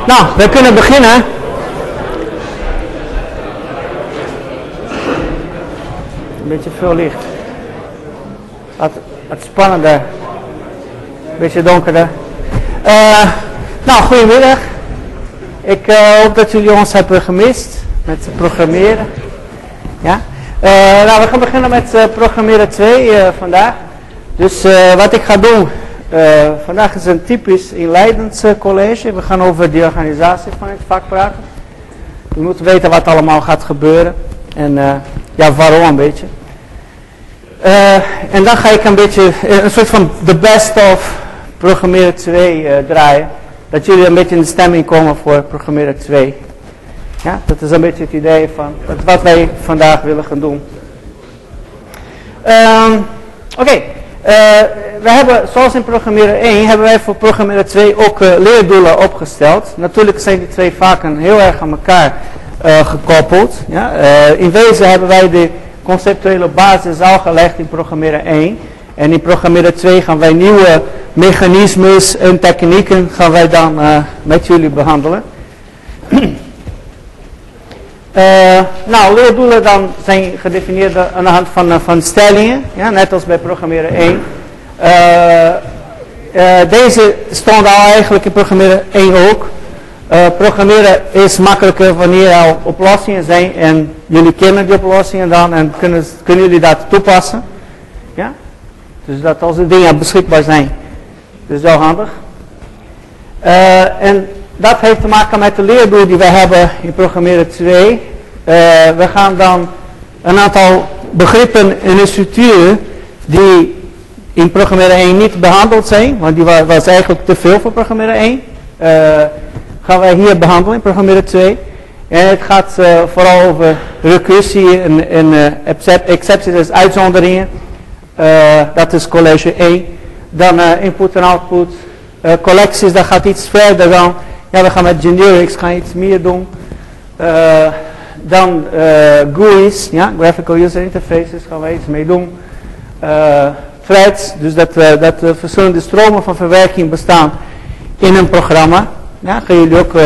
Nou, we kunnen beginnen. Een beetje veel licht. Wat spannender. Een beetje donkerder. Nou, goedemiddag. Ik hoop dat jullie ons hebben gemist met programmeren. Ja? Nou, we gaan beginnen met programmeren 2 vandaag. Dus wat ik ga doen, vandaag is een typisch inleidend college. We gaan over de organisatie van het vak praten. Je moet weten wat allemaal gaat gebeuren. En ja, waarom een beetje. En dan ga ik een beetje, een soort van the best of programmeren 2 draaien. Dat jullie een beetje in de stemming komen voor programmeren 2. Ja, dat is een beetje het idee van wat wij vandaag willen gaan doen. Oké. We hebben, zoals in programmeren 1, hebben wij voor programmeren 2 ook leerdoelen opgesteld. Natuurlijk zijn die twee vakken heel erg aan elkaar gekoppeld. Ja? In wezen hebben wij de conceptuele basis al gelegd in programmeren 1. En in programmeren 2 gaan wij nieuwe mechanismes en technieken gaan wij dan met jullie behandelen. Nou, leerdoelen dan zijn gedefinieerd aan de hand van stellingen, ja, net als bij programmeren 1. Deze stonden al eigenlijk in programmeren 1 ook. Programmeren is makkelijker wanneer er al oplossingen zijn en jullie kennen die oplossingen dan en kunnen jullie dat toepassen. Ja? Dus dat als de dingen beschikbaar zijn. Dus wel handig. En dat heeft te maken met de leerdoel die we hebben in programmeren 2. We gaan dan een aantal begrippen en structuren die in programmeren 1 niet behandeld zijn, want die was eigenlijk te veel voor programmeren 1. Gaan wij hier behandelen in programmeren 2. En het gaat vooral over recursie en excepties, dus uitzonderingen. Dat is college 1. Dan input en output. Collecties, dat gaat iets verder dan. Ja, we gaan met generics iets meer doen. Dan GUI's, ja, Graphical User Interfaces, gaan we iets mee doen. Threads, dus dat verschillende stromen van verwerking bestaan in een programma. Ja, gaan jullie ook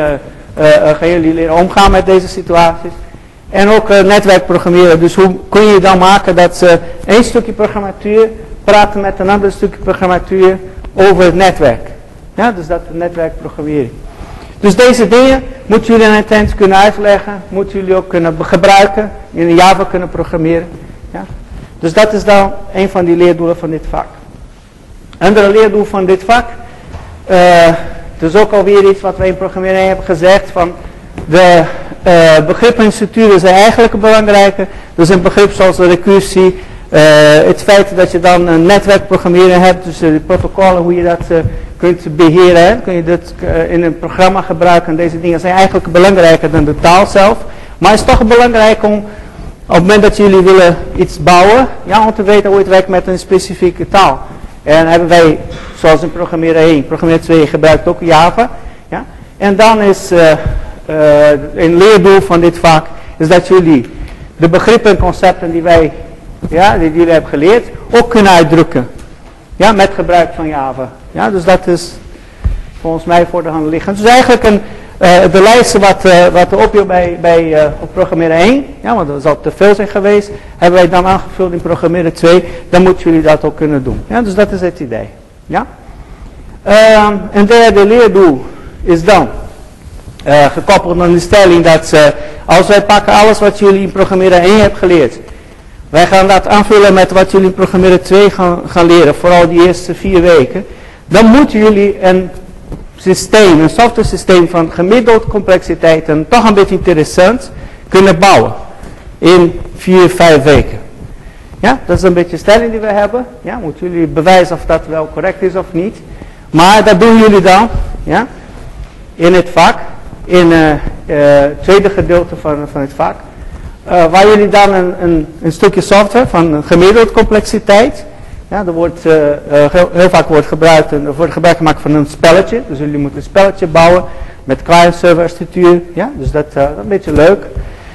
leren omgaan met deze situaties. En ook netwerkprogrammeren, dus hoe kun je dan maken dat één stukje programmatuur praten met een ander stukje programmatuur over het netwerk. Ja, dus dat is netwerkprogrammering. Dus deze dingen moeten jullie aan het eind kunnen uitleggen, moeten jullie ook kunnen gebruiken, in Java kunnen programmeren. Ja. Dus dat is dan een van die leerdoelen van dit vak. Een andere leerdoel van dit vak, dus ook alweer iets wat wij in programmeren hebben gezegd, van de begrippen en structuren zijn eigenlijk belangrijker. Dus een begrip zoals de recursie, het feit dat je dan een netwerkprogrammeren hebt, dus de protocollen, hoe je dat kunt beheren, hè? Kun je dat in een programma gebruiken. En deze dingen zijn eigenlijk belangrijker dan de taal zelf. Maar het is toch belangrijk om, op het moment dat jullie willen iets bouwen, ja, om te weten hoe het werkt met een specifieke taal. En hebben wij, zoals in programmeren 1, programmeren 2 gebruikt ook Java. Ja? En dan is een leerdoel van dit vak, is dat jullie de begrippen en concepten die jullie hebben geleerd, ook kunnen uitdrukken. Ja, met gebruik van Java. Ja, dus dat is volgens mij voor de hand liggend. Dus eigenlijk de lijst wat er op op programmeren 1, ja, want dat zal te veel zijn geweest, hebben wij dan aangevuld in programmeren 2, dan moeten jullie dat ook kunnen doen. Ja, dus dat is het idee. Ja? Een derde leerdoel is dan gekoppeld aan de stelling dat als wij pakken alles wat jullie in programmeren 1 hebben geleerd, wij gaan dat aanvullen met wat jullie in programmeren 2 gaan leren, vooral die eerste 4 weken. Dan moeten jullie een software systeem van gemiddeld complexiteit en toch een beetje interessant kunnen bouwen in 4-5 weken. Ja, dat is een beetje de stelling die we hebben. Ja, moeten jullie bewijzen of dat wel correct is of niet. Maar dat doen jullie dan, ja, in het vak, in het tweede gedeelte van het vak. Waar jullie dan een stukje software van gemiddeld complexiteit. Ja, er wordt heel vaak gebruik gemaakt van een spelletje. Dus jullie moeten een spelletje bouwen met client-server architectuur. Ja, dus dat is een beetje leuk.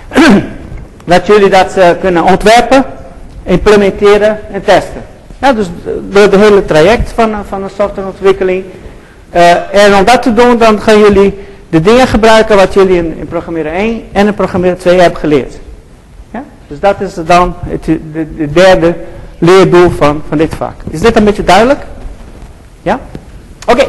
Dat jullie dat kunnen ontwerpen, implementeren en testen. Ja, dus door het hele traject van een softwareontwikkeling. En om dat te doen, dan gaan jullie de dingen gebruiken wat jullie in programmeren 1 en in programmeren 2 hebben geleerd. Ja? Dus dat is dan de derde leerdoel van dit vak. Is dit een beetje duidelijk? Ja? Oké.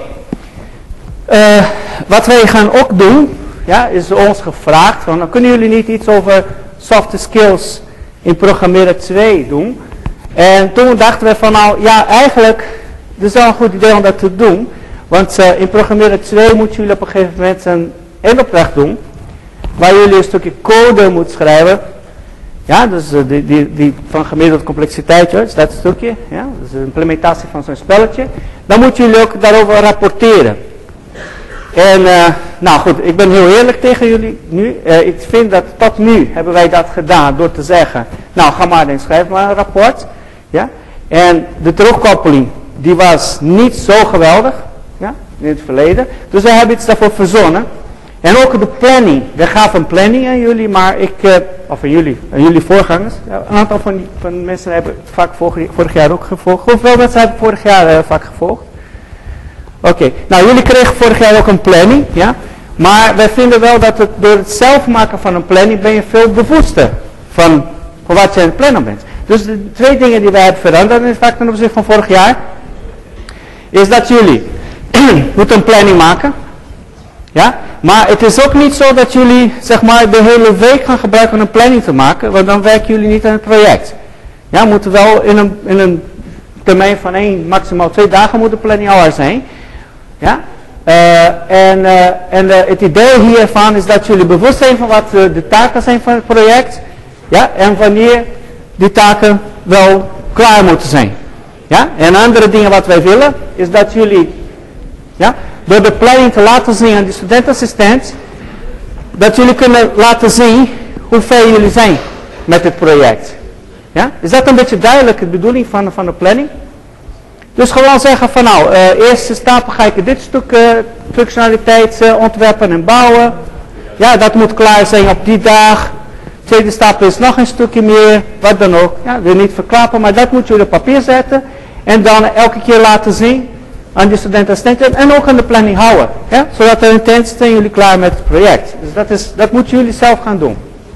Wat wij gaan ook doen, ja, is ons gevraagd, van, dan kunnen jullie niet iets over soft skills in programmeren 2 doen. En toen dachten we van nou, ja eigenlijk, het is wel een goed idee om dat te doen. Want in programmeren 2 moeten jullie op een gegeven moment een eindopdracht doen. Waar jullie een stukje code moeten schrijven. Ja, dus die van gemiddelde complexiteit, dus dat stukje. Ja, dus de implementatie van zo'n spelletje. Dan moeten jullie ook daarover rapporteren. En nou goed, ik ben heel eerlijk tegen jullie nu. Ik vind dat tot nu hebben wij dat gedaan door te zeggen. Nou ga maar en schrijf maar een rapport. Ja? En de terugkoppeling, die was niet zo geweldig. Ja? In het verleden. Dus we hebben iets daarvoor verzonnen. En ook de planning. We gaven een planning aan jullie, maar of aan jullie voorgangers. Ja, een aantal van mensen hebben het vak vorig jaar ook gevolgd. Hoeveel mensen hebben vorig jaar het vak gevolgd? Oké, nou jullie kregen vorig jaar ook een planning, ja. Maar wij vinden wel dat door het zelf maken van een planning ben je veel bewuster van wat je aan het plannen bent. Dus de twee dingen die wij hebben veranderd in het vak ten opzichte van vorig jaar, is dat jullie moeten een planning maken. Ja, maar het is ook niet zo dat jullie zeg maar de hele week gaan gebruiken om een planning te maken, want dan werken jullie niet aan het project. Ja, moeten wel in een termijn van 1, maximaal 2 dagen moet de planning al er zijn. Ja? Het idee hiervan is dat jullie bewust zijn van wat de taken zijn van het project. Ja? En wanneer die taken wel klaar moeten zijn. Ja? En andere dingen wat wij willen is dat jullie, ja, door de planning te laten zien aan de studentassistent, dat jullie kunnen laten zien hoe ver jullie zijn met het project. Ja? Is dat een beetje duidelijk de bedoeling van de planning? Dus gewoon zeggen van nou, eerste stap ga ik dit stuk functionaliteit ontwerpen en bouwen. Ja, dat moet klaar zijn op die dag. Tweede stap is nog een stukje meer, wat dan ook. Ja, wil niet verklappen, maar dat moet je op papier zetten. En dan elke keer laten zien aan de studentassistenten en ook aan de planning houden. Ja? Zodat er in tijd zijn jullie klaar met het project. Dus dat moeten jullie zelf gaan doen.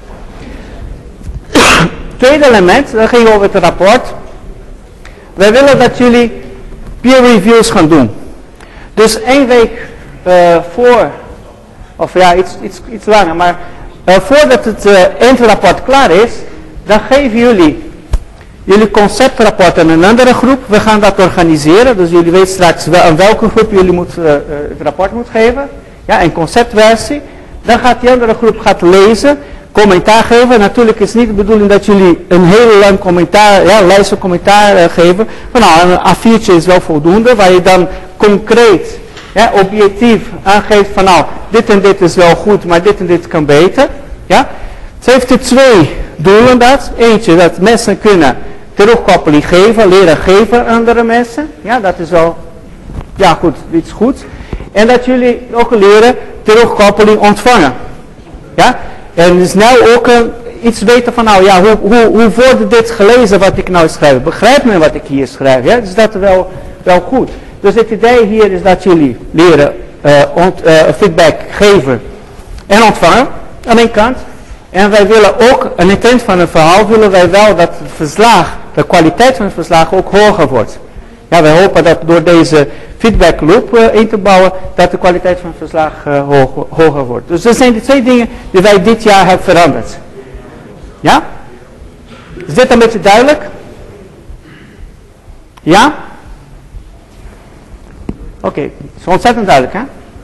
Tweede element, dan ging over het rapport. Wij willen dat jullie peer reviews gaan doen. Dus 1 week voor, of ja iets langer, maar voordat het eindrapport klaar is, dan geven jullie conceptrapport aan een andere groep. We gaan dat organiseren, dus jullie weten straks aan welke groep jullie het rapport moet geven. Ja, een conceptversie. Dan gaat die andere groep lezen, commentaar geven. Natuurlijk is het niet de bedoeling dat jullie een heel lang commentaar, ja, lijst van commentaar geven. Maar nou, een A4'tje is wel voldoende, waar je dan concreet, ja, objectief aangeeft van nou, dit en dit is wel goed, maar dit en dit kan beter. Ja. Het heeft er 2 doelen dat. Eentje, dat mensen kunnen terugkoppeling geven, leren geven aan andere mensen. Ja, dat is wel, ja goed, iets goeds. En dat jullie ook leren terugkoppeling ontvangen. Ja. En snel ook iets weten van nou ja, hoe wordt dit gelezen wat ik nou schrijf? Begrijpt men wat ik hier schrijf? Ja? Dus dat is wel goed. Dus het idee hier is dat jullie leren feedback geven en ontvangen aan één kant. En wij willen ook, aan het eind van het verhaal willen wij wel dat het verslag, de kwaliteit van het verslag ook hoger wordt. Ja, wij hopen dat door deze feedback loop in te bouwen, dat de kwaliteit van het verslag hoger wordt. Dus dat zijn de 2 dingen die wij dit jaar hebben veranderd. Ja? Is dit een beetje duidelijk? Ja? Oké, het is ontzettend duidelijk, hè?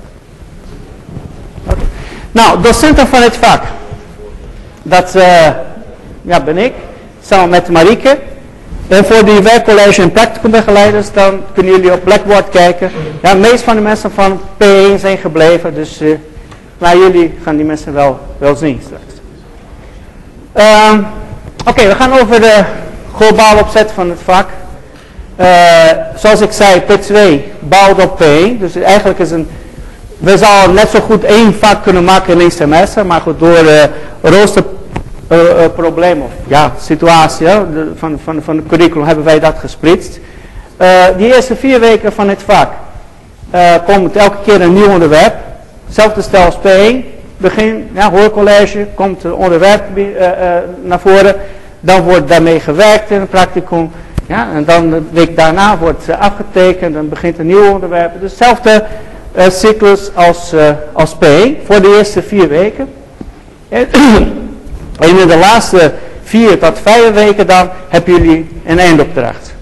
Okay. Nou, docenten van het vak. Dat ben ik, samen met Marieke. En voor die werkcollege en practicumbegeleiders, dan kunnen jullie op Blackboard kijken. Ja, de meeste van de mensen van P1 zijn gebleven, dus maar jullie gaan die mensen wel zien straks. Oké, we gaan over de globale opzet van het vak. Zoals ik zei, P2 bouwt op P1, dus eigenlijk is we zouden net zo goed 1 vak kunnen maken in 1 semester, maar goed, door roosterprobleem of ja, situatie van het curriculum hebben wij dat gesplitst. Die eerste 4 weken van het vak komt elke keer een nieuw onderwerp. hetzelfde stel als P1. Begin, ja, hoorcollege, komt het onderwerp naar voren. Dan wordt daarmee gewerkt in een practicum. Ja, en dan de week daarna wordt afgetekend. Dan begint een nieuw onderwerp. Dus dezelfde cyclus als P1 voor de eerste 4 weken. En in de laatste 4 tot 5 weken dan hebben jullie een eindopdracht.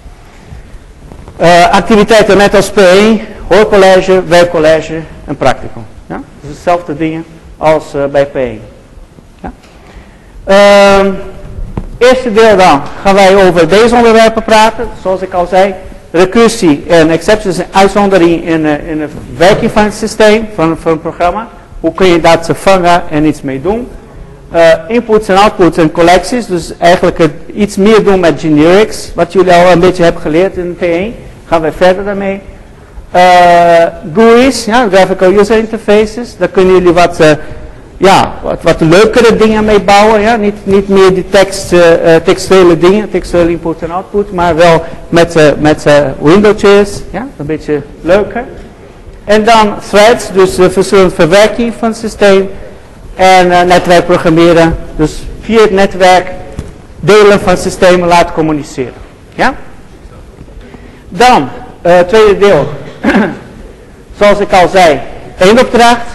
Activiteiten net als P1, hoorcollege, werkcollege en practicum. Ja? Dus dezelfde dingen als bij P1. Ja? Eerste deel dan gaan wij over deze onderwerpen praten. Zoals ik al zei, recursie en exceptions en uitzondering in de werking van het systeem, van een programma. Hoe kun je dat vangen en iets mee doen. Inputs en outputs en collecties. Dus eigenlijk iets meer doen met generics. Wat jullie al een beetje hebben geleerd in P1. Gaan we verder daarmee. GUI's, ja, Graphical User Interfaces. Daar kunnen jullie wat leukere dingen mee bouwen. Ja? Niet meer die textuele dingen, textuele input en output. Maar wel met windowtjes. Ja? Een beetje leuker. En dan threads, dus verschillende verwerking van het systeem. En netwerkprogrammeren, dus via het netwerk delen van systemen laten communiceren. Ja? Dan, tweede deel. Zoals ik al zei, één opdracht.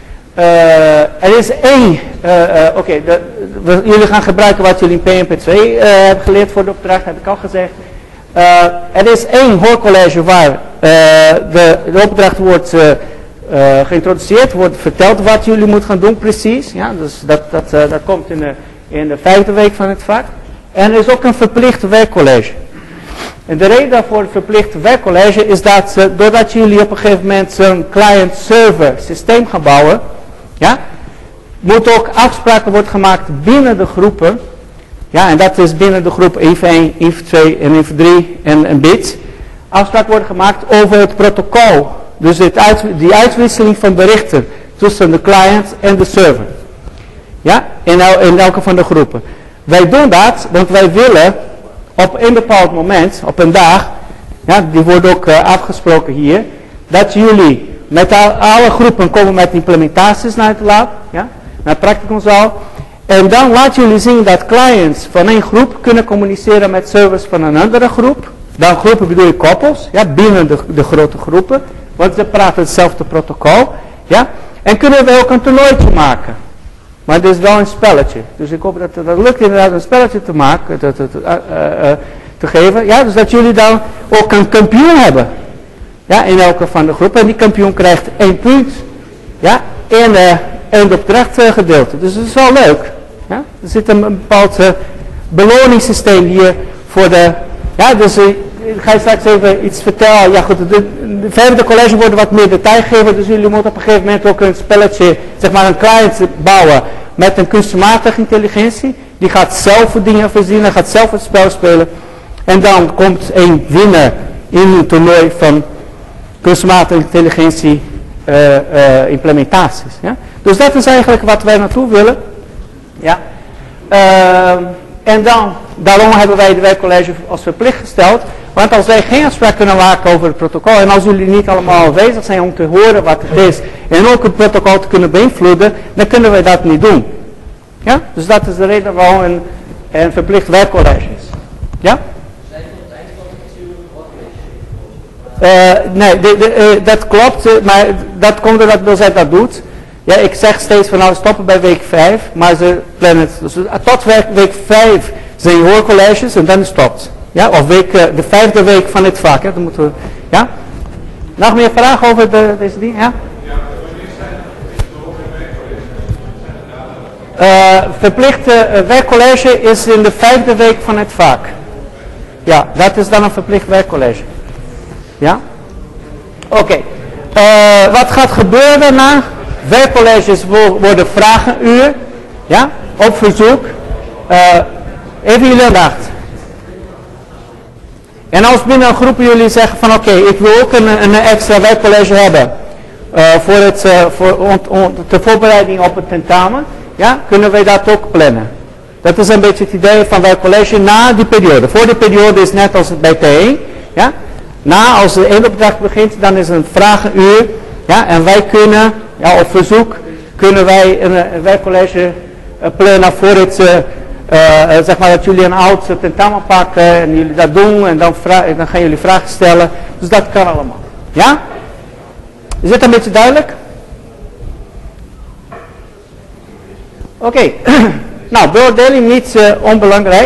Er is één, jullie gaan gebruiken wat jullie in P1 P2 hebben geleerd voor de opdracht, heb ik al gezegd. Er is één hoorcollege waar de opdracht wordt geïntroduceerd, wordt verteld wat jullie moeten gaan doen precies. Ja, dus dat komt in de 5e week van het vak. En er is ook een verplicht werkcollege. En de reden daarvoor het verplicht werkcollege is dat doordat jullie op een gegeven moment zo'n client-server systeem gaan bouwen, ja, moet ook afspraken worden gemaakt binnen de groepen. Ja, en dat is binnen de groep INF1, INF2 en INF3 en BIT. Afspraken worden gemaakt over het protocol. Dus die uitwisseling van berichten tussen de client en de server. Ja, in elke van de groepen. Wij doen dat, want wij willen op een bepaald moment, op een dag, ja, die wordt ook afgesproken hier, dat jullie met alle groepen komen met implementaties naar het lab, ja, naar het practicumzaal. En dan laten jullie zien dat clients van één groep kunnen communiceren met servers van een andere groep. Dan groepen bedoel je koppels, ja, binnen de grote groepen, want ze praten hetzelfde protocol. Ja. En kunnen we ook een toernooitje maken. Maar het is wel een spelletje. Dus ik hoop dat lukt inderdaad een spelletje te maken, te geven. Ja, dus dat jullie dan ook een kampioen hebben. Ja, in elke van de groepen. En die kampioen krijgt 1 punt. Ja, en de opdrachtgedeelte. Dus dat is wel leuk. Ja, er zit een bepaald beloningssysteem hier voor de... Ja, dus ik ga je straks even iets vertellen. Ja goed, de verder college wordt wat meer detail geven. Dus jullie moeten op een gegeven moment ook een spelletje, zeg maar een client bouwen met een kunstmatige intelligentie. Die gaat zelf dingen verzinnen, gaat zelf het spel spelen. En dan komt een winnaar in een toernooi van kunstmatige intelligentie implementaties. Ja? Dus dat is eigenlijk wat wij naartoe willen. Ja. En daarom hebben wij de werkcollege als verplicht gesteld. Want als wij geen afspraak kunnen maken over het protocol, en als jullie niet allemaal aanwezig zijn om te horen wat het is, en ook het protocol te kunnen beïnvloeden, dan kunnen wij dat niet doen. Ja? Dus dat is de reden waarom een verplicht werkcollege is. Ja? Nee, dat klopt, maar dat komt doordat zij dat doet. Ja, ik zeg steeds van nou stoppen bij week 5, maar ze plannen het. Dus tot week 5 zijn je hoorcolleges en dan stopt. Ja, of de 5e week van het vak. Dan moeten we, ja? Nog meer vragen over deze dingen? Ja? Verplicht werkcollege is in de 5e week van het vak. Ja, dat is dan een verplicht werkcollege. Ja? Oké. Wat gaat gebeuren daarna? Werkcolleges worden vragenuur. Ja? Op verzoek. Even jullie aandacht. En als binnen een groep jullie zeggen van oké, ik wil ook een extra werkcollege hebben. Ter voorbereiding op het tentamen. Ja? Kunnen wij dat ook plannen. Dat is een beetje het idee van werkcollege na die periode. Voor die periode is net als bij T1. Ja? Als de eindopdracht begint, dan is een vragenuur Ja, en wij kunnen, ja, op verzoek, kunnen wij een werkcollege plannen voor het, zeg maar dat jullie een oud tentamen pakken en jullie dat doen en dan gaan jullie vragen stellen. Dus dat kan allemaal. Ja? Is dit een beetje duidelijk? Oké. Nou, beoordeling niet onbelangrijk.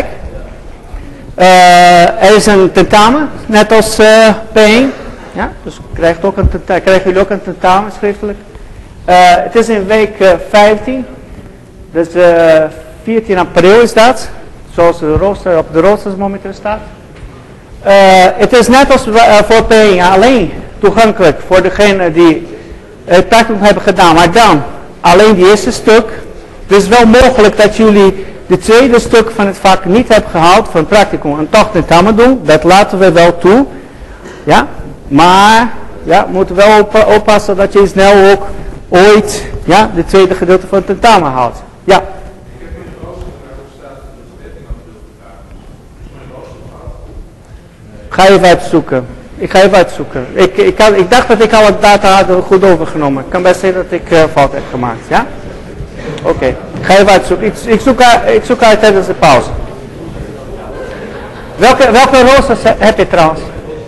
Er is een tentamen, net als P1. Ja? Dus krijgen jullie ook een tentamen schriftelijk. Het is in week 15. Dus 14 april is dat. Zoals de rooster op de roosters momenteel staat. Het is net als voor P1 alleen toegankelijk voor degenen die het practicum hebben gedaan. Maar dan alleen die eerste stuk. Het is wel mogelijk dat jullie de tweede stuk van het vak niet hebben gehaald van het practicum en toch tentamen doen. Dat laten we wel toe. Ja? Maar ja, we moeten wel oppassen dat je snel ook ooit ja, de tweede gedeelte van het tentamen haalt. Ja. Ga even uitzoeken. Ik ga even uitzoeken. Ik dacht dat ik al het data had goed overgenomen. Het kan best zijn dat ik fout heb gemaakt. Ja? Oké. Ik ga even uitzoeken. Ik zoek uit tijdens de pauze. Welke roosters heb je trouwens?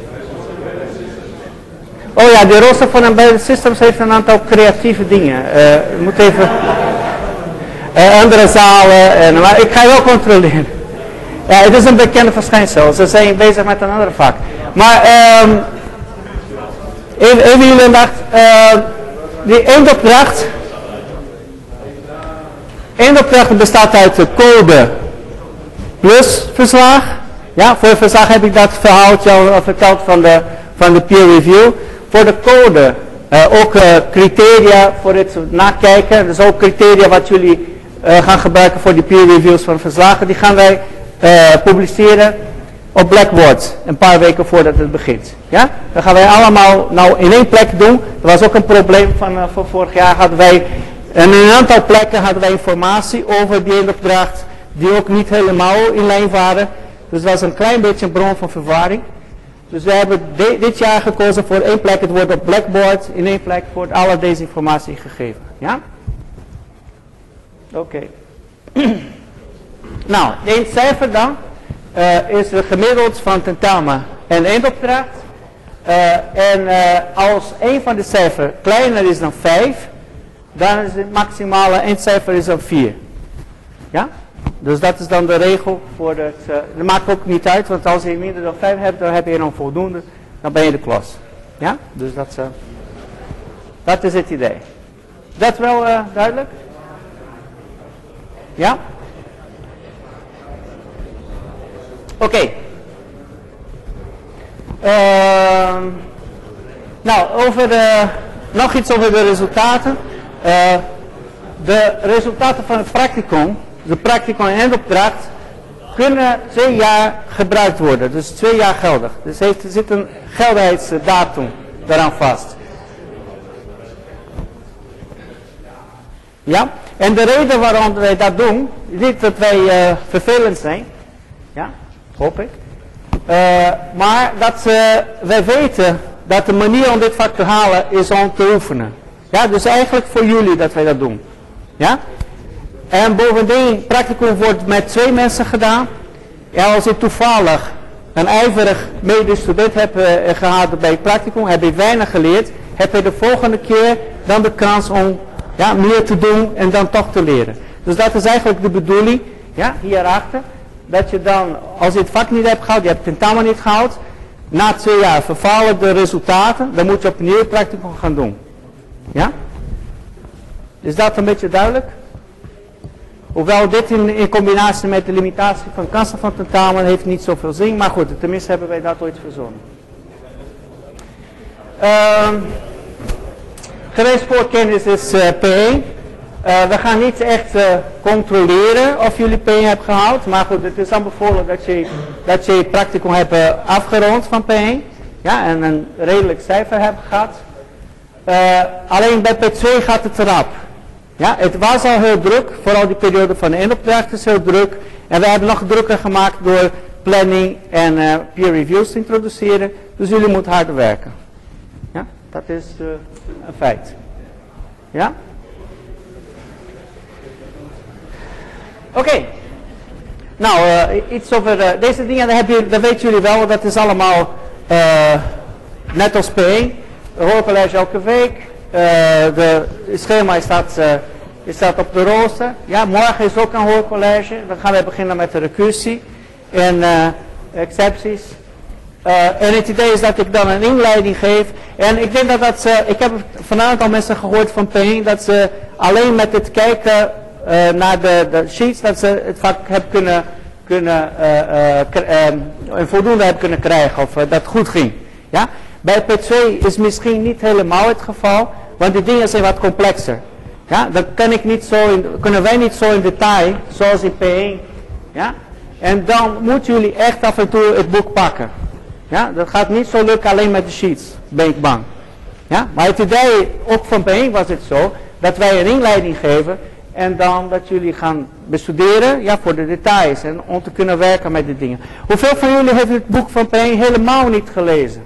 Oh ja, de rooster van Embedded Systems heeft een aantal creatieve dingen. Je moet even... andere zalen. Maar ik ga je wel controleren. Ja, het is een bekende verschijnsel. Ze zijn bezig met een ander vak. Maar even jullie aandacht. Die eindopdracht. Eindopdracht bestaat uit de code plus verslag. Ja, voor het verslag heb ik dat verhaaltje al verteld van de peer review. Voor de code ook criteria voor het nakijken. Dus ook criteria wat jullie gaan gebruiken voor die peer reviews van verslagen. Die gaan wij publiceren op Blackboard. Een paar weken voordat het begint. Ja? Dat gaan wij allemaal nou in één plek doen. Dat was ook een probleem van vorig jaar. Hadden wij, en in een aantal plekken hadden wij informatie over die eindopdracht. Die ook niet helemaal in lijn waren. Dus dat was een klein beetje een bron van verwarring. Dus we hebben dit jaar gekozen voor één plek. Het wordt op Blackboard. In één plek wordt alle deze informatie gegeven. Ja? Oké. Nou, de eindcijfer dan is het gemiddeld van tentamen en eindopdracht. En als een van de cijfers kleiner is dan 5, dan is het maximale eindcijfer is dan 4. Ja? Dus dat is dan de regel voor het. Dat maakt ook niet uit, want als je minder dan 5 hebt, dan heb je nog voldoende. Dan ben je de klas. Ja? Dus dat is het idee. Dat wel duidelijk? Ja? Oké. Nou, nog iets over de resultaten. De resultaten van het practicum, de practicum en eindopdracht, kunnen 2 jaar gebruikt worden. Dus 2 jaar geldig. Dus er zit een geldigheidsdatum daaraan vast. Ja? En de reden waarom wij dat doen, niet dat wij vervelend zijn. Ja, hoop ik. Maar dat wij weten dat de manier om dit vak te halen is om te oefenen. Ja, dus eigenlijk voor jullie dat wij dat doen. Ja? En bovendien, practicum wordt met 2 mensen gedaan. Ja, als je toevallig een ijverig medestudent hebt gehad bij het practicum, heb je weinig geleerd, heb je de volgende keer dan de kans om ja, meer te doen en dan toch te leren. Dus dat is eigenlijk de bedoeling, ja, hierachter. Dat je dan, als je het vak niet hebt gehaald, je hebt tentamen niet gehaald, na 2 jaar vervallen de resultaten, dan moet je opnieuw het practicum gaan doen. Ja? Is dat een beetje duidelijk? Hoewel dit in combinatie met de limitatie van kansen van tentamen heeft niet zoveel zin, maar goed, tenminste hebben wij dat ooit verzonnen. Gereedspoorkennis is P1. We gaan niet echt controleren of jullie P1 hebben gehaald, maar goed, het is dan bevolen dat je het practicum hebt afgerond van P1. Ja, en een redelijk cijfer hebt gehad. Alleen bij P2 gaat het erop. Ja, het was al heel druk, vooral die periode van de eindopdracht is heel druk. En we hebben nog drukker gemaakt door planning en peer reviews te introduceren. Dus jullie moeten harder werken. Ja? Dat is een feit. Ja? Oké. Nou, iets over deze dingen, dat weten jullie wel, dat is allemaal net als P1. Hoorcollege elke week. De schema staat op de rooster. Ja, morgen is ook een hoorcollege. Dan gaan we beginnen met de recursie en excepties. En het idee is dat ik dan een inleiding geef. En ik denk dat ik heb van een aantal mensen gehoord van P1 dat ze alleen met het kijken naar de sheets, dat ze het vak hebben een voldoende hebben kunnen krijgen, of dat goed ging. Ja? Bij P2 is misschien niet helemaal het geval, want die dingen zijn wat complexer. Ja? Dan kunnen wij niet zo in detail, zoals in P1. Ja? En dan moeten jullie echt af en toe het boek pakken. Ja? Dat gaat niet zo lukken alleen met de sheets, ben ik bang. Ja? Maar het idee, ook van P1 was het zo, dat wij een inleiding geven en dan dat jullie gaan bestuderen, ja, voor de details en om te kunnen werken met die dingen. Hoeveel van jullie heeft het boek van P1 helemaal niet gelezen?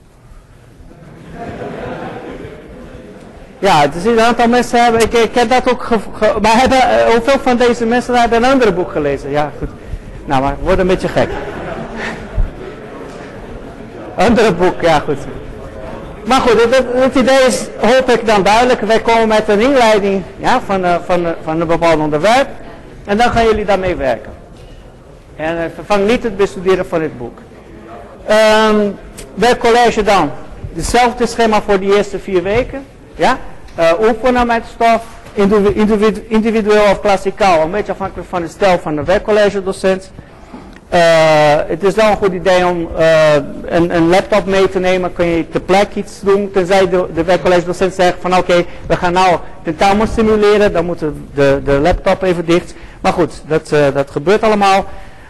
Ja, het is een aantal mensen hebben, ik heb dat ook, maar hoeveel van deze mensen hebben een ander boek gelezen? Ja, goed. Nou, maar het wordt een beetje gek. Andere boek, ja goed. Maar goed, het idee is, hoop ik dan duidelijk, wij komen met een inleiding, ja, van een bepaald onderwerp en dan gaan jullie daarmee werken. En vervang niet het bestuderen van het boek. Werkcollege dan, hetzelfde schema voor de eerste 4 weken. Ja? Oefenen met stof, individueel of klassikaal, een beetje afhankelijk van de stijl van de werkcollege docent. Het is wel een goed idee om een laptop mee te nemen, kun je ter plekke iets doen, tenzij de werkcollege docent zegt van oké, we gaan nou tentamen simuleren, dan moet de laptop even dicht. Maar goed, dat gebeurt allemaal.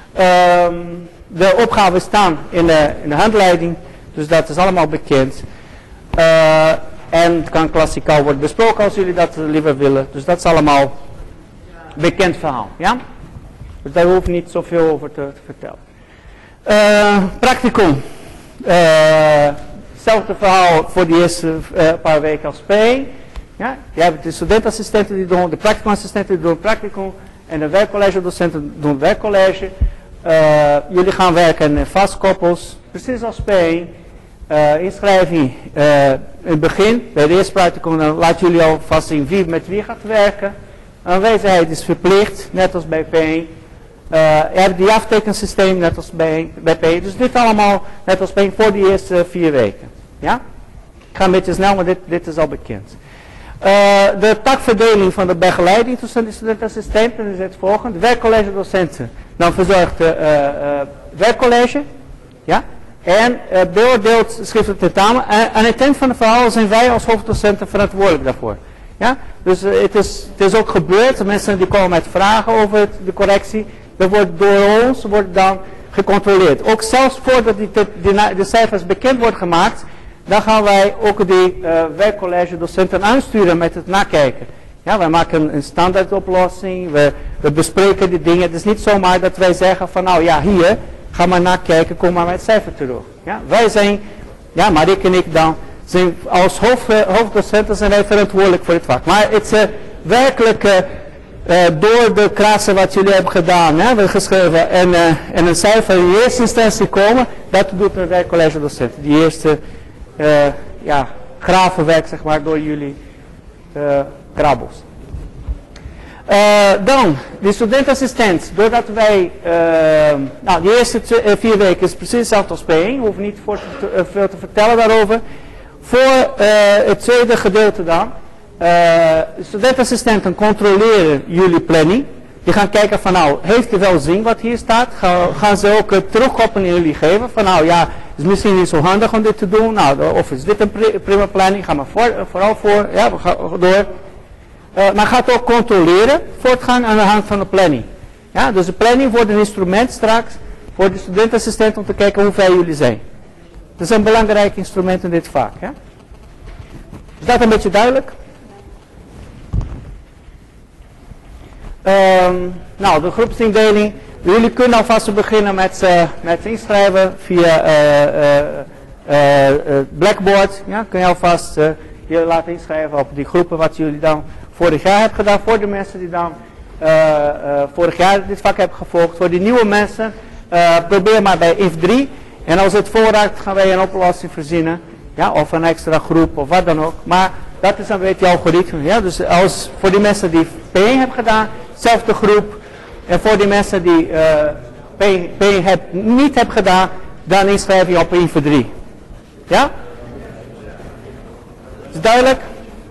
De opgaven staan in de handleiding, dus dat is allemaal bekend. En het kan klassikaal worden besproken als jullie dat liever willen, dus dat is allemaal bekend verhaal. Ja? Dus daar hoef ik niet zoveel over te vertellen. Practicum. Hetzelfde verhaal voor de eerste paar weken als P. Ja? Je hebt de studentassistenten die doen, de practicumassistenten die doen practicum. En de werkcollege docenten doen werkcollege. Jullie gaan werken in vastkoppels. Precies als P. Inschrijving in het begin. Bij de eerste practicum dan laat jullie alvast zien met wie gaat werken. Aanwezigheid is verplicht, net als bij P1. Je hebt die aftekensysteem net als bij P1. Dus dit allemaal net als P1 voor de eerste 4 weken. Ja? Ik ga een beetje snel, maar dit is al bekend. De takverdeling van de begeleiding tussen de studentassistenten is het volgende. Werkcollege docenten, dan verzorgt werkcollege. Ja? En beoordeelt schriftelijk tentamen. Aan het eind van het verhaal zijn wij als hoofddocenten verantwoordelijk daarvoor. Ja? Dus het is ook gebeurd. Mensen die komen met vragen over de correctie. Dat wordt door ons dan gecontroleerd. Ook zelfs voordat de cijfers bekend worden gemaakt. Dan gaan wij ook die werkcollege docenten aansturen met het nakijken. Ja, wij maken een standaard oplossing. We bespreken die dingen. Het is niet zomaar dat wij zeggen van nou ja hier. Ga maar nakijken. Kom maar met cijfer terug. Ja, wij zijn, ja Marik en ik dan. Als hoofddocenten zijn wij verantwoordelijk voor het vak. Maar het is werkelijk door de krassen wat jullie hebben gedaan, hebben geschreven en een cijfer in eerste instantie komen, dat doet een werkcollege docent. Die eerste gravenwerk zeg maar door jullie krabbels. Dan, de studentassistent. Doordat wij, de eerste 4 weken is precies hetzelfde als P1. We hoeven niet veel te vertellen daarover. Voor het tweede gedeelte dan. Studentassistenten controleren jullie planning. Die gaan kijken van nou, heeft het wel zin wat hier staat? Gaan ze ook terugkoppeling jullie geven. Van nou ja, het is misschien niet zo handig om dit te doen. Nou, of is dit een prima planning? Ga maar vooral voor. Ja, we gaan door. Maar gaat ook controleren voortgang aan de hand van de planning. Ja, dus de planning wordt een instrument straks voor de studentassistent om te kijken hoe ver jullie zijn. Dat is een belangrijk instrument in dit vak. Ja? Is dat een beetje duidelijk? De groepsindeling. Jullie kunnen alvast beginnen met inschrijven via Blackboard, ja, kun je alvast je laten inschrijven op die groepen wat jullie dan vorig jaar hebben gedaan. Voor de mensen die dan vorig jaar dit vak hebben gevolgd. Voor die nieuwe mensen, probeer maar bij IF 3. En als het voorraakt, gaan wij een oplossing verzinnen. Ja, of een extra groep of wat dan ook. Maar dat is een beetje algoritme. Ja? Dus als voor die mensen die P1 hebben gedaan, zelfde groep. En voor die mensen die P1 niet hebben gedaan, dan inschrijf je op IF 3. Ja? Is het duidelijk?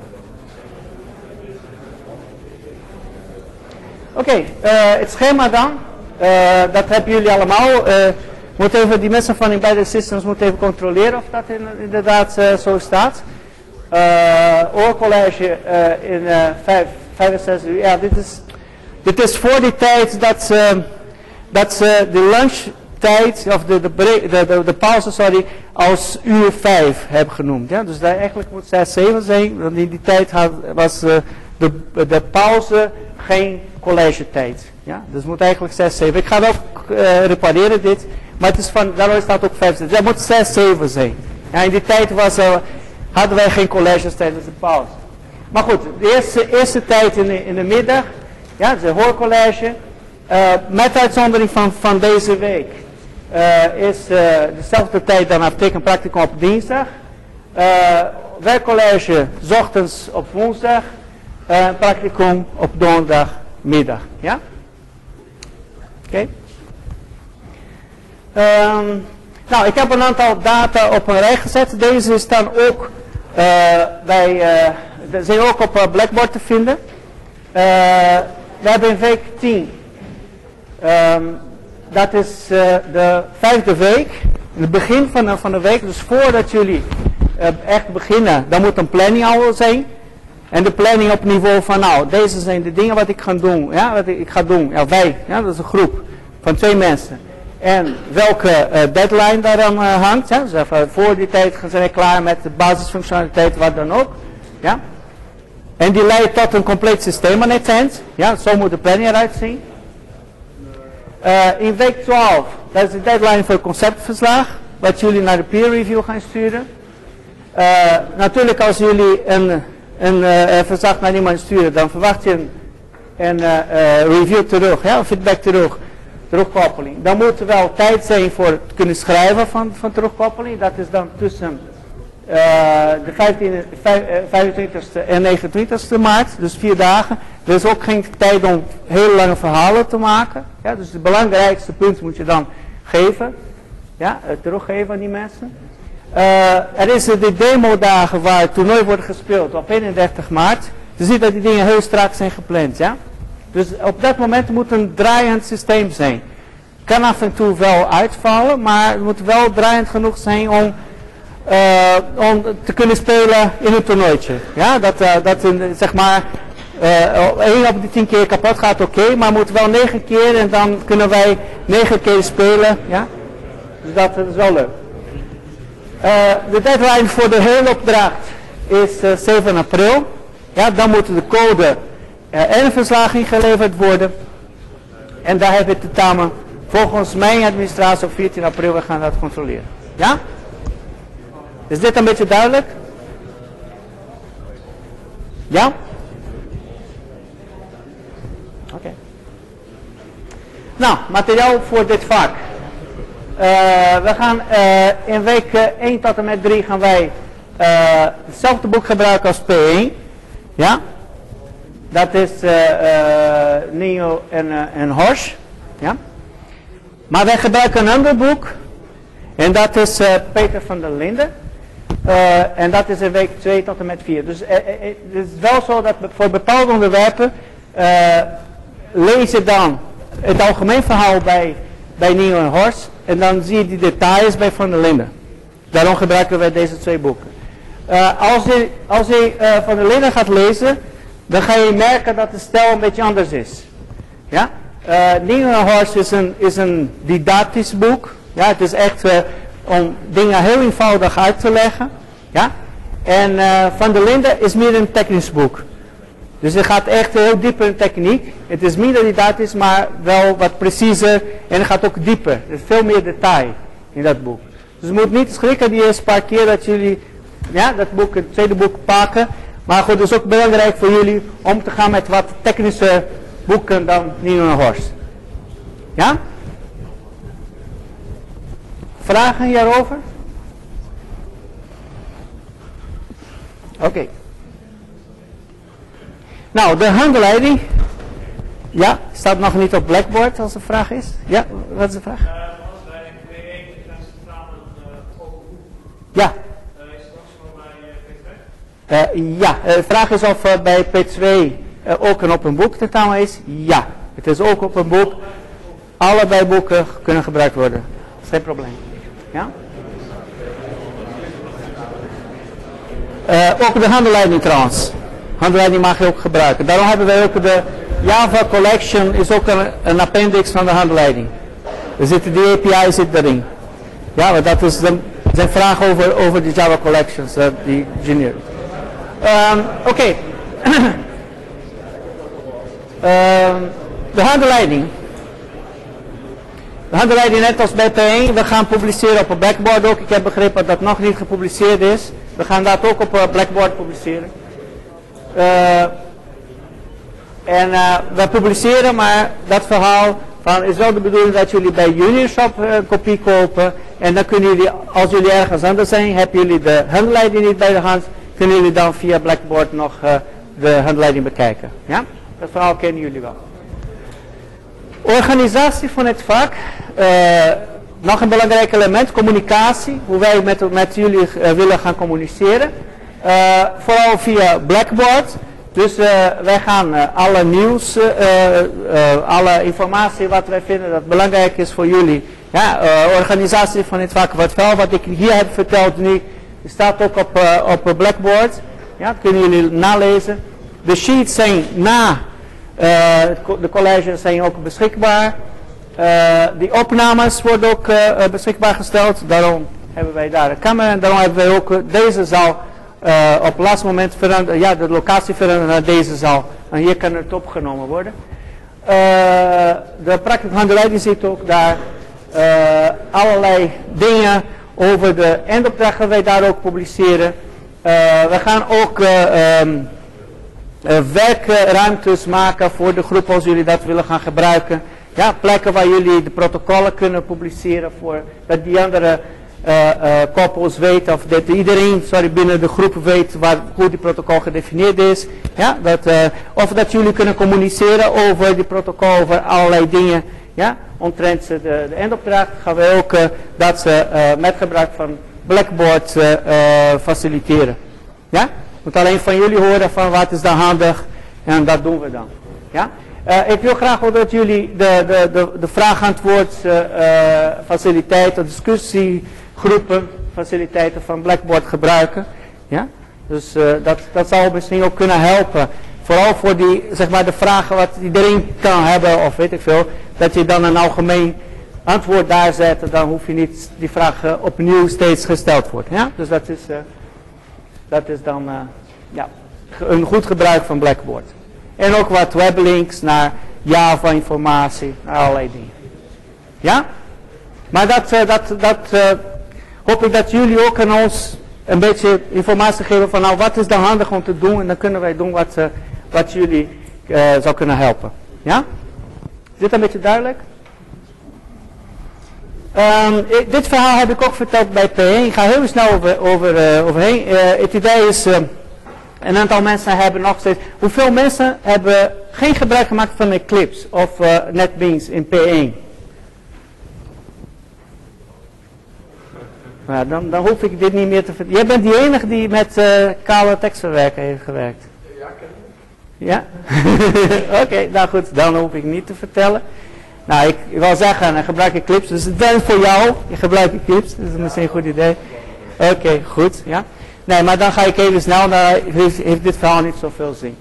Oké, het schema dan. Dat hebben jullie allemaal. Moet even, die mensen van Embedded Systems moeten even controleren of dat inderdaad zo staat. Oorcollege in 5 en 6 uur. Ja, dit is voor die tijd dat ze de lunchtijd, of de pauze, sorry, als uur 5 hebben genoemd. Ja? Dus daar eigenlijk moet 6, 7 zijn. Want in die tijd was de pauze geen collegetijd. Ja? Dus het moet eigenlijk 6, 7. Ik ga het ook repareren dit. Maar het is daarom staat ook 5, 6. Het moet 6, 7 zijn. Ja, in die tijd hadden wij geen colleges tijdens de pauze. Maar goed, de eerste tijd in de middag. Ja, het is een hoorcollege. Met uitzondering van deze week. Is dezelfde tijd dan een practicum op dinsdag. Werkcollege 's ochtends op woensdag. Practicum op donderdagmiddag. Ja? Oké. Nou, ik heb een aantal data op een rij gezet. Deze staan ook zijn ook op Blackboard te vinden. We hebben in week 10. Dat is de 5e week. In het begin van de week. Dus voordat jullie echt beginnen, dan moet een planning al zijn. En de planning op niveau van, nou, deze zijn de dingen wat ik ga doen. Ja, wat ik ga doen. Ja, wij, ja, dat is een groep van 2 mensen. En welke deadline daar dan hangt. Ja, dus even voor die tijd zijn we klaar met de basisfunctionaliteit, wat dan ook. Ja. En die leidt tot een compleet systeem aan het eind. Ja, zo moet de planning eruit zien. In week 12, dat is de deadline voor het conceptverslag. Wat jullie naar de peer review gaan sturen. Natuurlijk als jullie een verslag naar iemand sturen, dan verwacht je een review terug. Ja, een feedback terugkoppeling. Dan moet er wel tijd zijn voor het kunnen schrijven van terugkoppeling. Dat is dan tussen de 25e en 29e maart, dus 4 dagen. Er is ook geen tijd om hele lange verhalen te maken. Ja, dus de belangrijkste punten moet je dan geven. Ja, teruggeven aan die mensen. Er is de demo-dagen waar het toernooi wordt gespeeld op 31 maart. Je ziet dat die dingen heel strak zijn gepland. Ja? Dus op dat moment moet een draaiend systeem zijn. Kan af en toe wel uitvallen, maar het moet wel draaiend genoeg zijn om te kunnen spelen in een toernooitje. Ja, dat zeg maar 1 op de 10 keer kapot gaat, oké, maar moet wel 9 keer en dan kunnen wij 9 keer spelen. Ja? Dus dat is wel leuk. De deadline voor de hele opdracht is 7 april. Ja, dan moet de code en een verslag ingeleverd worden. En daar hebben we het tentamen volgens mijn administratie op 14 april. We gaan dat controleren. Ja? Is dit een beetje duidelijk? Ja? Oké. Nou, materiaal voor dit vak. We gaan in week 1 tot en met 3 gaan wij hetzelfde boek gebruiken als P1. Ja? Dat is Neo en Horsch. Ja? Maar wij gebruiken een ander boek. En dat is Peter van der Linden. En dat is in week 2 tot en met 4. Dus het is wel zo dat voor bepaalde onderwerpen lees je dan het algemeen verhaal bij Neo en Horsch. En dan zie je die details bij Van der Linden. Daarom gebruiken wij deze 2 boeken. Als je Van der Linden gaat lezen, dan ga je merken dat de stijl een beetje anders is. Ja? Neo en Horsch is een didactisch boek. Ja, het is echt om dingen heel eenvoudig uit te leggen. Ja? En Van der Linden is meer een technisch boek. Dus het gaat echt heel diep in techniek. Het is minder didactisch, maar wel wat preciezer. En het gaat ook dieper. Er is veel meer detail in dat boek. Dus je moet niet schrikken die eerste paar keer dat jullie dat boek, het tweede boek pakken. Maar goed, het is ook belangrijk voor jullie om te gaan met wat technische boeken dan Nino en Horst. Ja? Vragen hierover? Oké. Nou, de handleiding. Ja, staat nog niet op Blackboard als er vraag is. Ja, wat is de vraag? Als bij P1 gaan ze samen open boek. Ja. Is het ook zo bij P2? Ja, de vraag is of bij P2 ook een open boek tentamen is. Ja, het is ook open boek. Allebei boeken kunnen gebruikt worden. Dat is geen probleem. Ja? Ook de handleiding trouwens. Handleiding mag je ook gebruiken. Daarom hebben wij ook de Java Collection is ook een appendix van de handleiding. Die API zit erin. Ja, maar dat is zijn vraag over de Java Collections, die engineer. Oké. De handleiding. De handleiding net als bij P1. We gaan publiceren op een Blackboard ook. Ik heb begrepen dat dat nog niet gepubliceerd is. We gaan dat ook op Blackboard publiceren. We publiceren, maar dat verhaal is wel de bedoeling dat jullie bij Unishop een kopie kopen. En dan kunnen jullie, als jullie ergens anders zijn, hebben jullie de handleiding niet bij de hand, kunnen jullie dan via Blackboard nog de handleiding bekijken. Ja? Dat verhaal kennen jullie wel. Organisatie van het vak. Nog een belangrijk element, communicatie. Hoe wij met jullie willen gaan communiceren. Vooral via Blackboard. Dus wij gaan alle nieuws, alle informatie wat wij vinden dat belangrijk is voor jullie. Ja, organisatie van het vak. Wat ik hier heb verteld nu, staat ook op Blackboard. Ja, dat kunnen jullie nalezen. De sheets zijn na de colleges zijn ook beschikbaar. Die opnames worden ook beschikbaar gesteld. Daarom hebben wij daar een camera. En daarom hebben wij ook deze zaal op het laatste moment veranderen. Ja, de locatie veranderen naar deze zaal. En hier kan het opgenomen worden. De praktische handleiding ziet ook daar allerlei dingen over de eindopdrachten wij daar ook publiceren. We gaan ook werkruimtes maken voor de groep als jullie dat willen gaan gebruiken. Ja, plekken waar jullie de protocollen kunnen publiceren voor dat die andere koppels weten of dat iedereen binnen de groep weet hoe die protocol gedefinieerd is. Ja, of dat jullie kunnen communiceren over die protocol, over allerlei dingen. Ja, omtrent de eindopdracht gaan we ook dat met gebruik van Blackboard faciliteren. Ja? Moet alleen van jullie horen van wat is dan handig en dat doen we dan. Ja? Ik wil graag ook dat jullie de vraag-antwoord faciliteiten, discussiegroepen, faciliteiten van Blackboard gebruiken. Ja? Dus dat zou misschien ook kunnen helpen. Vooral voor die, zeg maar, de vragen wat iedereen kan hebben of weet ik veel. Dat je dan een algemeen antwoord daar zet. Dan hoef je niet die vraag opnieuw steeds gesteld wordt. Ja? Dus dat is dan een goed gebruik van Blackboard. En ook wat weblinks naar Java informatie, naar allerlei dingen. Ja? Maar dat hoop ik dat jullie ook aan ons een beetje informatie geven van nou wat is dan handig om te doen. En dan kunnen wij doen wat jullie zou kunnen helpen. Ja? Is dit een beetje duidelijk? Dit verhaal heb ik ook verteld bij P1. Ik ga heel snel overheen. Het idee is, een aantal mensen hebben nog steeds... Hoeveel mensen hebben geen gebruik gemaakt van Eclipse of NetBeans in P1? Nou, dan hoef ik dit niet meer te vertellen. Jij bent die enige die met kale tekstverwerker heeft gewerkt. Ja, ken ik. Ja? Oké, nou goed, dan hoef ik niet te vertellen. Nou, ik wil zeggen, gebruik Eclipse. Dus het is voor jou. Je gebruikt Eclipse. Dat is misschien een goed idee. Oké, goed. Ja. Nee, maar dan ga ik even snel. Dan heeft dit verhaal niet zoveel zin.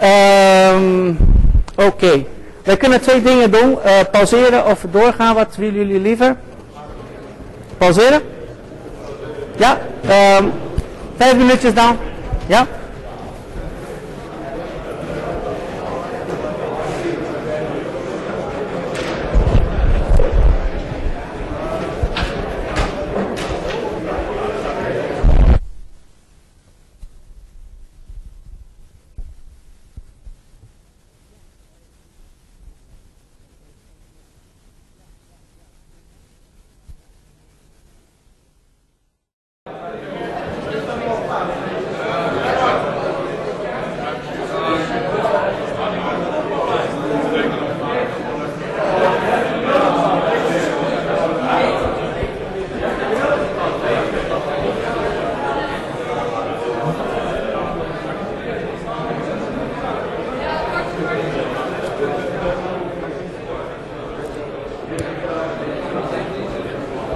Oké. Wij kunnen twee dingen doen. Pauzeren of doorgaan. Wat willen jullie liever? Pauzeren? Ja. 5 minuutjes dan. Ja.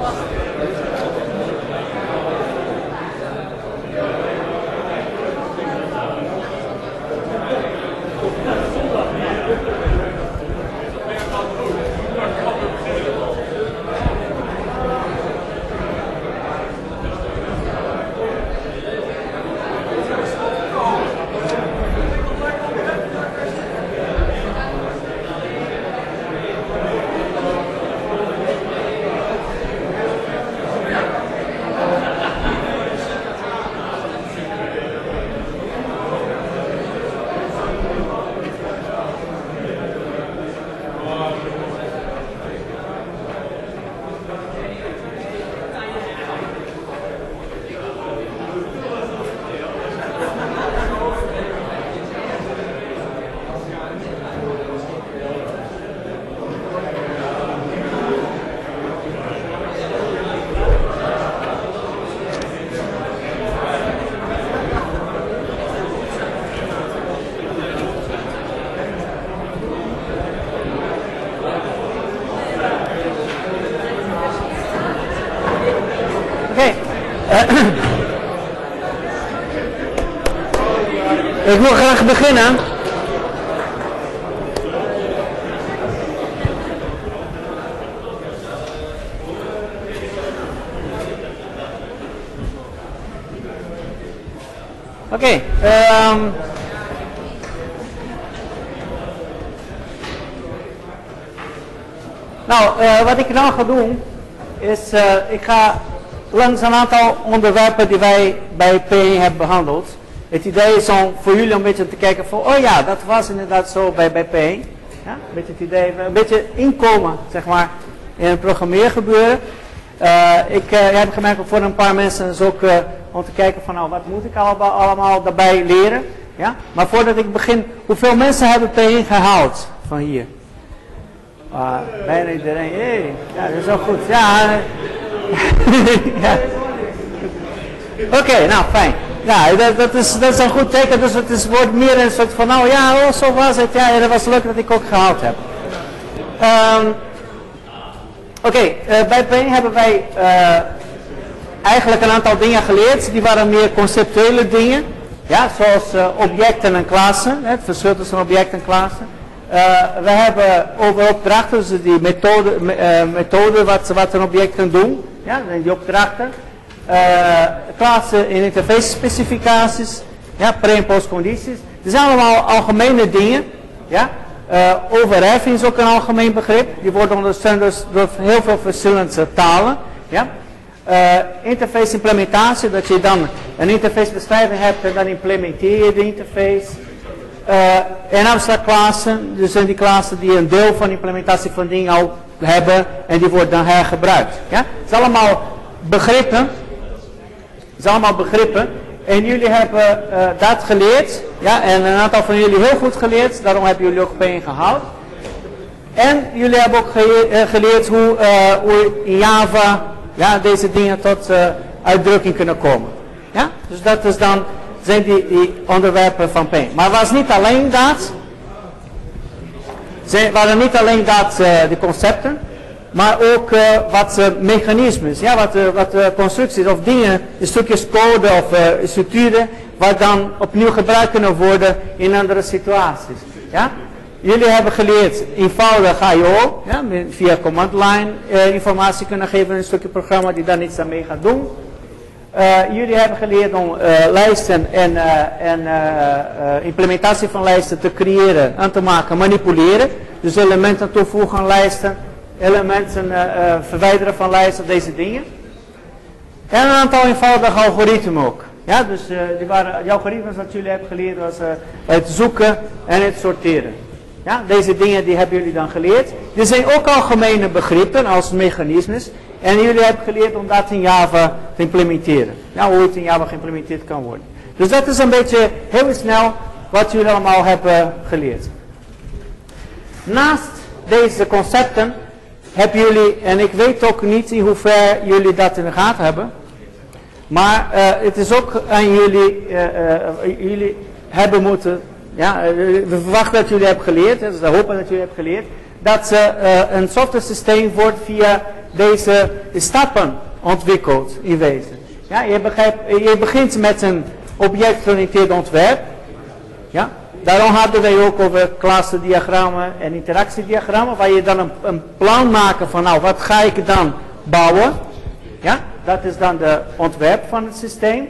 Ik wil graag beginnen. Oké. Wat ik nou ga doen is, ik ga langs een aantal onderwerpen die wij bij P1 hebben behandeld. Het idee is om voor jullie een beetje te kijken van, oh ja, dat was inderdaad zo bij P1. Ja, een beetje het idee, een beetje inkomen, zeg maar, in het programmeergebeuren. Ik heb gemerkt ook voor een paar mensen is ook om te kijken van, nou, wat moet ik allemaal daarbij leren? Ja? Maar voordat ik begin, hoeveel mensen hebben P1 gehaald van hier? Bijna iedereen. Hey. Ja, dat is wel goed. Ja. Ja. Oké, nou fijn. Ja, dat is een goed teken. Dus het wordt meer een soort van, nou ja, oh, zo was het. Ja, dat was leuk dat ik ook gehaald heb. Oké, bij P1 hebben wij eigenlijk een aantal dingen geleerd. Die waren meer conceptuele dingen. Ja, zoals objecten en klassen. Het verschil tussen objecten en klassen. We hebben over opdrachten, dus die methode wat een object kan doen. Ja, die opdrachten. Klassen in interface specificaties. Ja, pre- en postcondities. Dat zijn allemaal algemene dingen. Ja. Overheffing is ook een algemeen begrip. Die wordt ondersteund dus door heel veel verschillende talen. Ja. Interface implementatie, dat je dan een interface beschrijving hebt en dan implementeer je de interface. En abstract klassen, dus zijn die klassen die een deel van de implementatie van dingen al hebben en die worden dan hergebruikt. Ja? Het zijn allemaal begrippen. En jullie hebben dat geleerd. Ja? En een aantal van jullie heel goed geleerd, daarom hebben jullie ook P1 gehaald. En jullie hebben ook geleerd hoe in Java deze dingen tot uitdrukking kunnen komen. Ja? Dus dat is dan zijn die onderwerpen van P1. Maar het was niet alleen dat. Waren niet alleen dat de concepten, maar ook wat mechanismes, ja, wat constructies of dingen, stukjes code of structuren, wat dan opnieuw gebruikt kunnen worden in andere situaties. Ja? Jullie hebben geleerd eenvoudig I/O, ja, via command line informatie kunnen geven in een stukje programma die daar niets aan mee gaat doen. Jullie hebben geleerd om lijsten en implementatie van lijsten te creëren, aan te maken, manipuleren. Dus elementen toevoegen aan lijsten, elementen verwijderen van lijsten, deze dingen. En een aantal eenvoudige algoritmen ook. Ja, dus die algoritmes wat jullie hebben geleerd was het zoeken en het sorteren. Ja, deze dingen die hebben jullie dan geleerd. Er zijn ook algemene begrippen als mechanismes. En jullie hebben geleerd om dat in Java te implementeren. Ja, hoe het in Java geïmplementeerd kan worden. Dus dat is een beetje heel snel wat jullie allemaal hebben geleerd. Naast deze concepten hebben jullie, en ik weet ook niet in hoever jullie dat in de gaten hebben. Maar het is ook aan jullie, jullie hebben moeten, ja, we verwachten dat jullie hebben geleerd, dus we hopen dat jullie hebben geleerd, dat een software systeem wordt via deze stappen ontwikkelt in wezen. Ja, je begint met een objectgeoriënteerd ontwerp. Ja? Daarom hadden wij ook over klassendiagrammen en interactiediagrammen, waar je dan een plan maakt van nou, wat ga ik dan bouwen? Ja? Dat is dan de ontwerp van het systeem.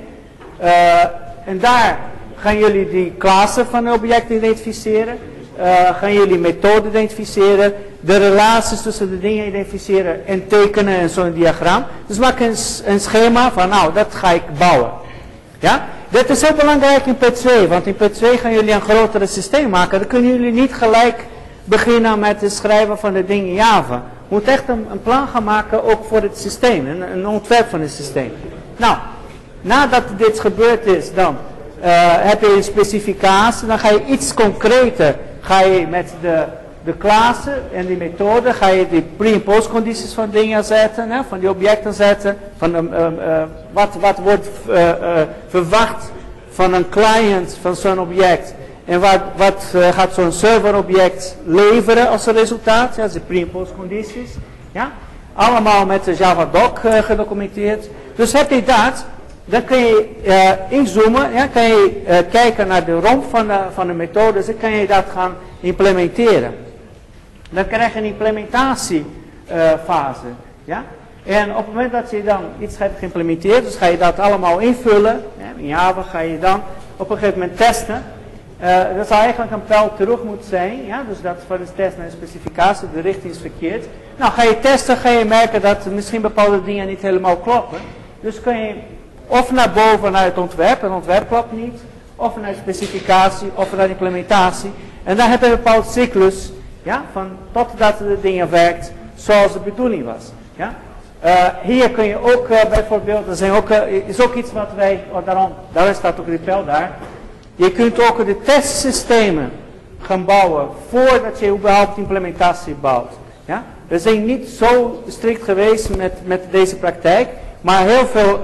En daar gaan jullie die klassen van het object identificeren. Gaan jullie methoden identificeren. De relaties tussen de dingen identificeren en tekenen en zo'n diagram. Dus maak een schema van nou, dat ga ik bouwen. Ja? Dit is heel belangrijk in P2, want in P2 gaan jullie een grotere systeem maken. Dan kunnen jullie niet gelijk beginnen met het schrijven van de dingen in Java. Je moet echt een plan gaan maken ook voor het systeem, een ontwerp van het systeem. Nou, nadat dit gebeurd is, dan heb je een specificatie, dan ga je iets concreter, ga je met de klassen en die methode, ga je die pre- en postcondities van dingen zetten, hè, van die objecten zetten, van wat wordt verwacht van een client van zo'n object en wat gaat zo'n serverobject leveren als resultaat, ja, dat zijn pre- en postcondities, ja, allemaal met de Javadoc gedocumenteerd. Dus heb je dat, dan kun je inzoomen, ja, kan je kijken naar de romp van de methodes en kan je dat gaan implementeren. Dan krijg je een implementatiefase. Ja? En op het moment dat je dan iets hebt geïmplementeerd, dus ga je dat allemaal invullen. Ja, in Java ga je dan op een gegeven moment testen. Dat zou eigenlijk een pijl terug moeten zijn. Ja? Dus dat voor de test naar de specificatie, de richting is verkeerd. Nou, ga je testen, ga je merken dat misschien bepaalde dingen niet helemaal kloppen. Dus kun je of naar boven naar het ontwerp klopt niet. Of naar de specificatie, of naar de implementatie. En dan heb je een bepaald cyclus. Ja, van totdat de dingen werkt zoals de bedoeling was. Ja? Hier kun je ook bijvoorbeeld, is ook iets wat wij, daar staat ook die pijl daar. Je kunt ook de testsystemen gaan bouwen voordat je überhaupt implementatie bouwt. Ja? We zijn niet zo strikt geweest met deze praktijk, maar heel veel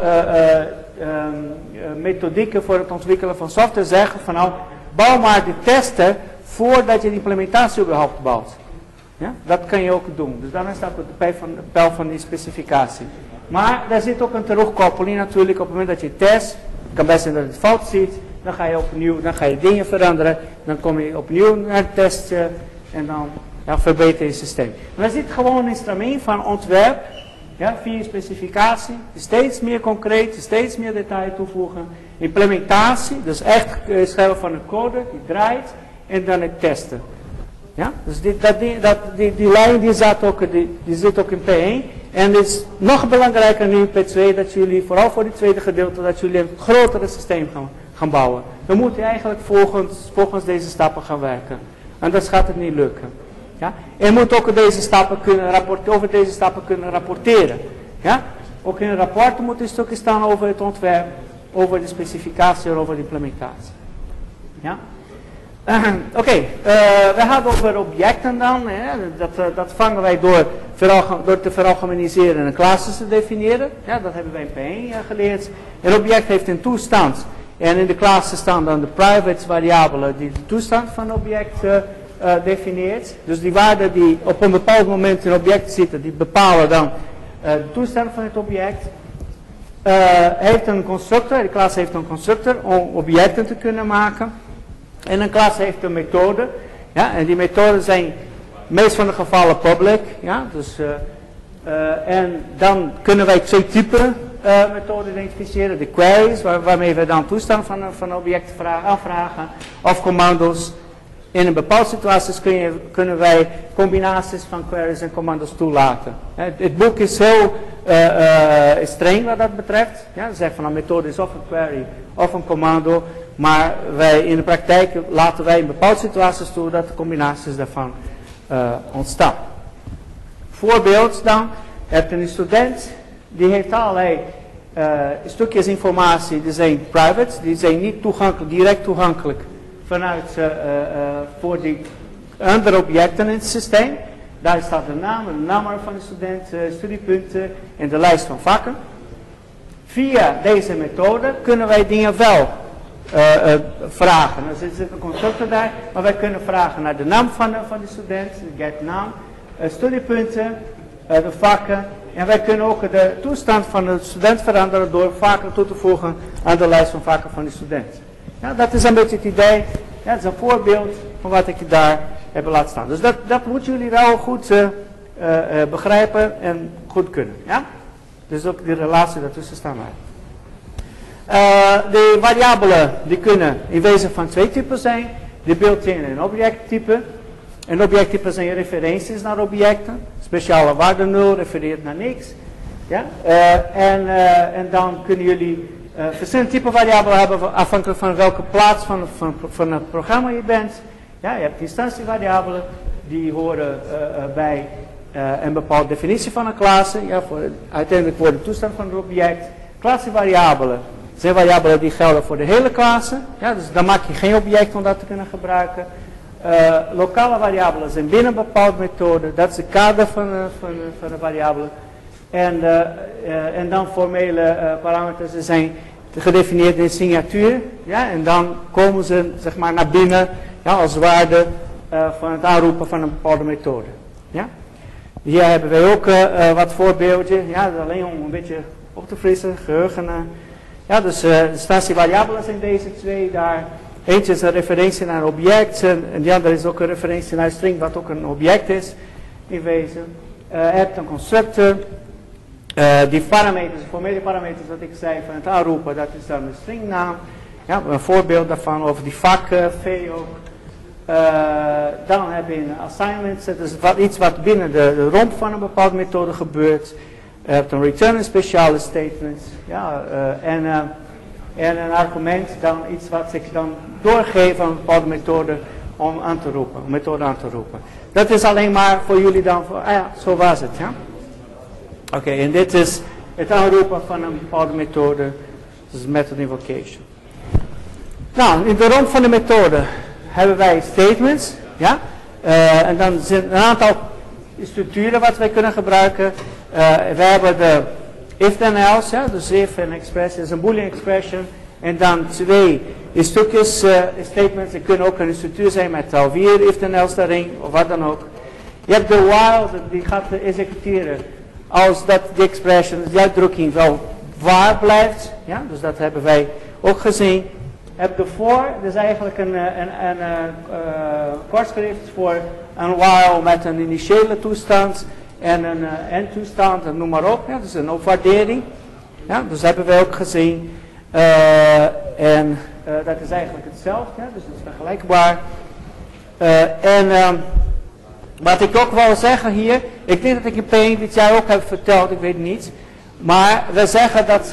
methodieken voor het ontwikkelen van software zeggen van nou, bouw maar de testen voordat je de implementatie überhaupt bouwt. Ja? Dat kan je ook doen. Dus daarna staat ook de pijl van die specificatie. Maar daar zit ook een terugkoppeling natuurlijk. Op het moment dat je test, het kan best zijn dat het fout ziet, dan ga je opnieuw, dan ga je dingen veranderen, dan kom je opnieuw naar het testen en dan verbeter je het systeem. Maar er zit gewoon een instrument van ontwerp, ja, via specificatie, steeds meer concreet, steeds meer detail toevoegen. Implementatie, dus echt schrijven van een code, die draait. En dan het testen. Ja? Dus die lijn die zit ook in P1. En het is nog belangrijker nu in P2 dat jullie, vooral voor het tweede gedeelte, dat jullie een grotere systeem gaan bouwen. Dan moet je eigenlijk volgens deze stappen gaan werken. Anders gaat het niet lukken. Ja? En je moet ook over deze stappen kunnen rapporteren. Ja? Ook in een rapport moet een stukje staan over het ontwerp, over de specificatie en over de implementatie. Ja? Oké, we hadden over objecten dan. Hè. Dat vangen wij door te veralgemeniseren en een klasse te definiëren. Ja, dat hebben wij in P1 geleerd. Een object heeft een toestand. En in de klasse staan dan de private variabelen die de toestand van het object definieert. Dus die waarden die op een bepaald moment in het object zitten, die bepalen dan de toestand van het object. Heeft een constructor, de klasse heeft een constructor om objecten te kunnen maken. En een klas heeft een methode. Ja, en die methoden zijn meest van de gevallen public. Ja, dus, en dan kunnen wij twee typen methoden identificeren. De queries, waarmee we dan toestand van een object aanvragen. Of commando's. In een bepaalde situaties kunnen wij combinaties van queries en commando's toelaten. Het boek is heel streng wat dat betreft. Ja, ze zeggen van een methode is of een query of een commando. Maar in de praktijk laten wij in bepaalde situaties toe dat de combinaties daarvan ontstaan. Voorbeeld dan, je hebt een student, die heeft allerlei stukjes informatie, die zijn private, die zijn niet direct toegankelijk vanuit voor die andere objecten in het systeem. Daar staat de naam, het nummer van de student, studiepunten en de lijst van vakken. Via deze methode kunnen wij dingen wel vragen. Er zit een constructor daar, maar wij kunnen vragen naar de naam van de student, de get naam, studiepunten, de vakken En wij kunnen ook de toestand van de student veranderen door vaker toe te voegen aan de lijst van vakken van die student. Ja, dat is een beetje het idee. Ja, dat is een voorbeeld van wat ik daar heb laten staan. Dus dat moeten jullie wel goed begrijpen en goed kunnen. Ja? Dus ook die relatie daartussen staan wij. De variabelen die kunnen in wezen van twee typen zijn. De built-in en objecttype. En objecttypen zijn referenties naar objecten. Speciale waarde 0 refereert naar niks. Ja? En dan kunnen jullie verschillende typen variabelen hebben afhankelijk van welke plaats van het programma je bent. Ja, je hebt instantievariabelen die horen bij een bepaalde definitie van een klasse. Ja, uiteindelijk voor de toestand van het object. Klassevariabelen zijn variabelen die gelden voor de hele klasse. Ja, dus dan maak je geen object om dat te kunnen gebruiken. Lokale variabelen zijn binnen een bepaalde methode. Dat is het kader van de variabelen. En dan formele parameters zijn gedefinieerd in signatuur. Ja, en dan komen ze zeg maar naar binnen, ja, als waarde van het aanroepen van een bepaalde methode. Ja? Hier hebben wij ook wat voorbeeldjes. Ja, alleen om een beetje op te frissen, geheugen. Ja, dus de statievariabelen zijn deze twee daar. Eentje is een referentie naar een object en die andere is ook een referentie naar een string wat ook een object is in wezen. Je hebt een constructor. Die parameters, de formele parameters wat ik zei van het aanroepen, dat is dan de stringnaam. Ja, een voorbeeld daarvan over die vakken, V ook. Dan heb je een assignment, dat is iets wat binnen de romp van een bepaalde methode gebeurt. Je hebt een return en speciale statements. Ja, en een argument, dan iets wat zich dan doorgeeft aan een bepaalde methode om aan te roepen, een methode aan te roepen. Dat is alleen maar voor jullie dan, ja, zo was het, ja. Oké, en dit is het aanroepen van een bepaalde methode, dus method invocation. Nou, in de romp van de methode hebben wij statements, ja. En dan zijn een aantal structuren wat wij kunnen gebruiken. We hebben de if then else, ja, dus if en expression is een boolean expression. En dan twee stukjes statements, die kunnen ook een structuur zijn met alweer if then else daarin, of wat dan ook. Je hebt de while, die gaat executeren als dat die expression, die uitdrukking wel waar blijft. Ja, dus dat hebben wij ook gezien. Je hebt de for, dat is eigenlijk een kortschrift voor een while met een initiële toestand en een endtoestand, en noem maar op. Ja, dus een opwaardering. Ja, dus dat hebben wij ook gezien. Dat is eigenlijk hetzelfde, ja, dus het is vergelijkbaar. Wat ik ook wil zeggen hier, ik denk dat ik in P1 dit jaar ook heb verteld, ik weet niet. Maar we zeggen dat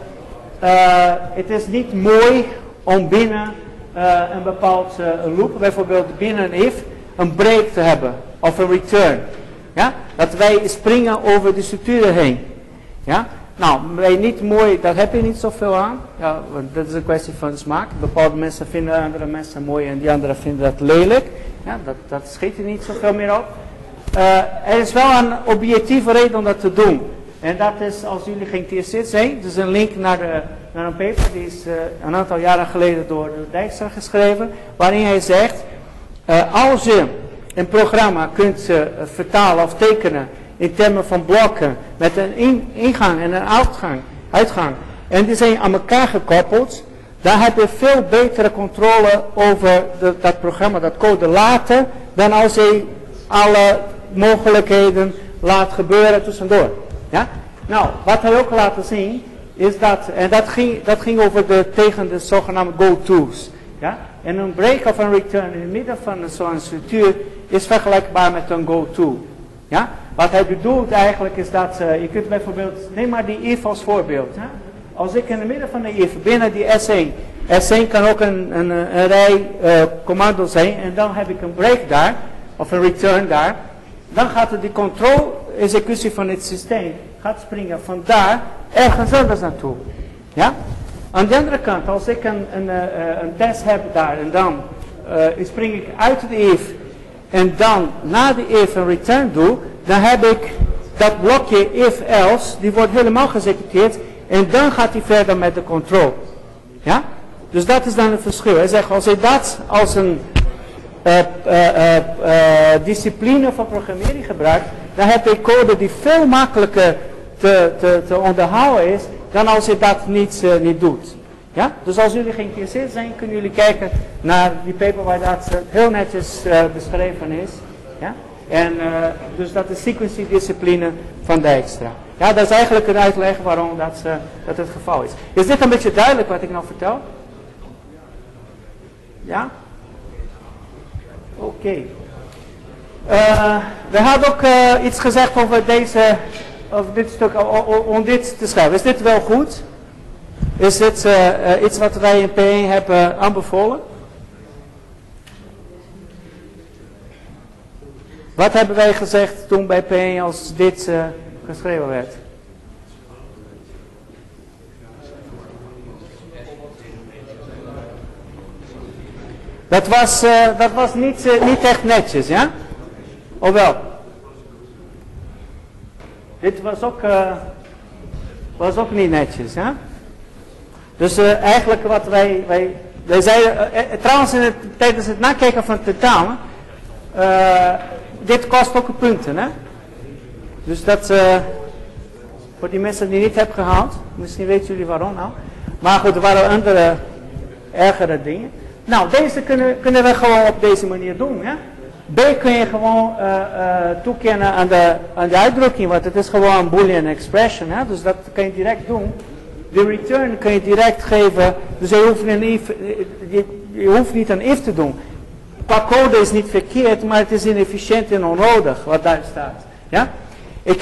het is niet mooi om binnen een bepaald loop, bijvoorbeeld binnen een if, een break te hebben. Of een return. Ja? Dat wij springen over de structuren heen. Ja? Nou, wij niet mooi, daar heb je niet zoveel aan. Ja, dat is een kwestie van smaak. Bepaalde mensen vinden andere mensen mooi en die anderen vinden dat lelijk. Ja, dat schiet er niet zoveel meer op. Er is wel een objectieve reden om dat te doen. En dat is, als jullie geïnteresseerd zijn, dus een link naar een paper, die is een aantal jaren geleden door Dijkstra geschreven, waarin hij zegt, als je een programma kunt vertalen of tekenen in termen van blokken, met een ingang en een uitgang, en die zijn aan elkaar gekoppeld, dan heb je veel betere controle over dat programma, dat code later, dan als je alle mogelijkheden laat gebeuren tussendoor. Ja? Nou, wat hij ook laten zien, is dat, en dat ging over tegen de zogenaamde go-to's. Ja? En een break of een return in het midden van zo'n structuur is vergelijkbaar met een go-to. Ja? Wat hij bedoelt eigenlijk is dat, je kunt bijvoorbeeld, neem maar die if als voorbeeld. Ja? Als ik in het midden van de if, binnen die S1 kan ook een rij commando zijn en dan heb ik een break daar, of een return daar. Dan gaat die control-executie van het systeem gaat springen van daar ergens anders naartoe. Ja? Aan de andere kant, als ik een test heb daar en dan spring ik uit de if en dan na de if een return doe, dan heb ik dat blokje if-else, die wordt helemaal geëxecuteerd en dan gaat hij verder met de control. Ja? Dus dat is dan het verschil. Hij zegt, als je dat als een discipline van programmering gebruikt, dan heb je code die veel makkelijker te onderhouden is dan als je dat niet doet. Ja? Dus als jullie geïnteresseerd zijn, kunnen jullie kijken naar die paper waar dat heel netjes beschreven is. Ja? En dus dat is sequencing discipline van Dijkstra. Ja, dat is eigenlijk een uitleg waarom dat het geval is. Is dit een beetje duidelijk wat ik nou vertel? Ja? Oké. We hadden ook iets gezegd over dit stuk, om dit te schrijven. Is dit wel goed? Is dit iets wat wij in P1 hebben aanbevolen? Wat hebben wij gezegd toen bij P1 als dit geschreven werd? Dat was niet echt netjes, ja? Of wel? Dit was ook niet netjes, ja? Dus eigenlijk wat wij zeiden, trouwens tijdens het nakijken van het tentamen, dit kost ook punten, hè? Dus dat, voor die mensen die niet hebben gehaald, misschien weten jullie waarom nou. Maar goed, er waren andere, ergere dingen. Nou, deze kunnen we gewoon op deze manier doen, hè? B kun je gewoon toekennen aan de uitdrukking, want het is gewoon een boolean expression, hè? Dus dat kan je direct doen. De return kun je direct geven, dus je hoeft niet een if te doen. Qua code is niet verkeerd, maar het is inefficiënt en onnodig wat daar staat. Ja? Ik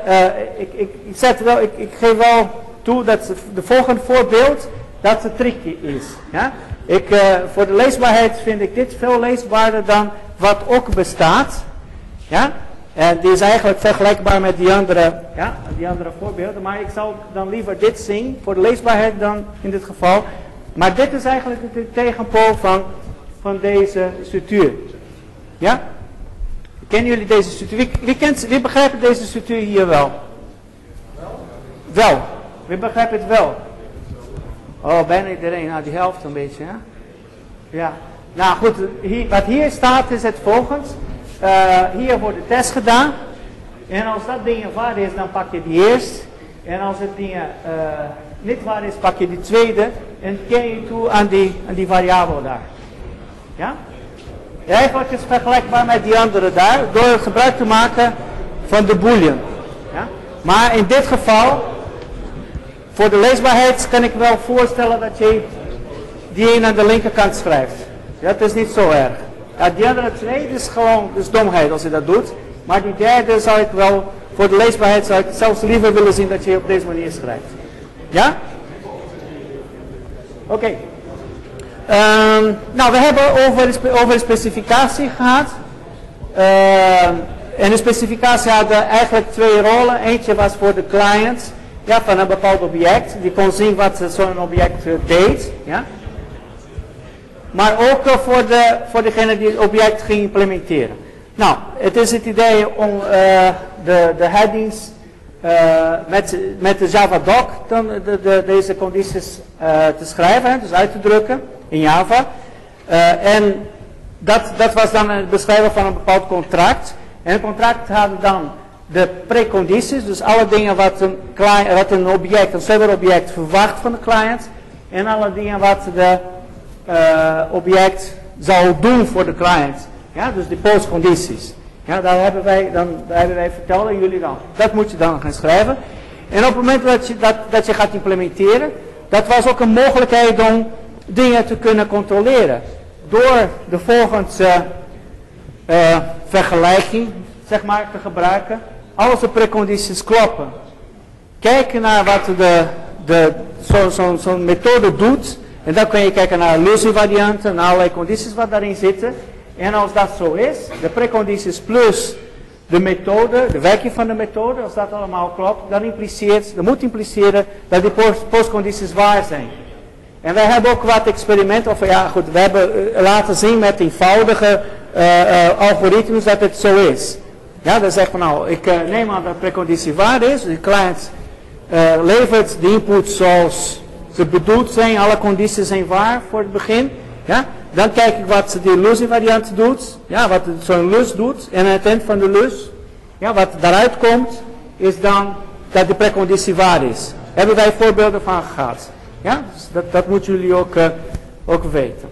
geef wel toe dat de volgende voorbeeld, dat het tricky is. Ja? Voor de leesbaarheid vind ik dit veel leesbaarder dan wat ook bestaat. Ja? En die is eigenlijk vergelijkbaar met die andere voorbeelden. Maar ik zou dan liever dit zien voor de leesbaarheid dan in dit geval. Maar dit is eigenlijk de tegenpool van deze structuur. Ja? Kennen jullie deze structuur? Wie begrijpt deze structuur hier wel? Wel. Wie begrijpt het wel? Oh, bijna iedereen. Nou, die helft een beetje. Hè? Ja. Nou goed, wat hier staat is het volgende. Hier wordt de test gedaan. En als dat ding waar is, dan pak je die eerst. En als het ding niet waar is, pak je die tweede. En ken je toe aan die variabele daar. Ja? Eigenlijk is het vergelijkbaar met die andere daar. Door gebruik te maken van de boolean. Ja? Maar in dit geval, voor de leesbaarheid kan ik wel voorstellen dat je die een aan de linkerkant schrijft. Ja, dat is niet zo erg. Ja, die andere twee is gewoon domheid als je dat doet. Maar die derde zou ik wel, voor de leesbaarheid zou ik zelfs liever willen zien dat je op deze manier schrijft. Ja? Oké. Nou, we hebben over de specificatie gehad. En de specificatie had eigenlijk twee rollen. Eentje was voor de client, ja, van een bepaald object. Die kon zien wat zo'n object deed. Ja? Maar ook voor degene die het object ging implementeren. Nou, het is het idee om de headings met de Java doc dan deze condities te schrijven, dus uit te drukken in Java. En dat was dan het beschrijven van een bepaald contract. En het contract had dan de precondities, dus alle dingen wat een object, een serverobject verwacht van de client. En alle dingen wat de object zou doen voor de client. Ja, dus de postcondities. Ja, daar hebben wij verteld aan jullie dan. Dat moet je dan gaan schrijven. En op het moment dat je gaat implementeren, dat was ook een mogelijkheid om dingen te kunnen controleren. Door de volgende vergelijking, zeg maar, te gebruiken. Als de precondities kloppen. Kijken naar wat zo'n methode doet. En dan kun je kijken naar illusievarianten en allerlei condities wat daarin zitten. En als dat zo is, de precondities plus de methode, de werking van de methode, als dat allemaal klopt, dan moet impliceren dat die postcondities waar zijn. En wij hebben ook wat experimenten, we hebben laten zien met eenvoudige algoritmes dat het zo is. Ja, dan zegt van nou, ik neem aan dat de preconditie waar is, de client levert de input zoals ze bedoeld zijn, alle condities zijn waar voor het begin. Ja? Dan kijk ik wat de illusievariant doet, ja, wat zo'n lus doet. En aan het eind van de lus, ja, wat daaruit komt, is dan dat de preconditie waar is. Hebben wij voorbeelden van gehad. Ja, dus dat moeten jullie ook weten.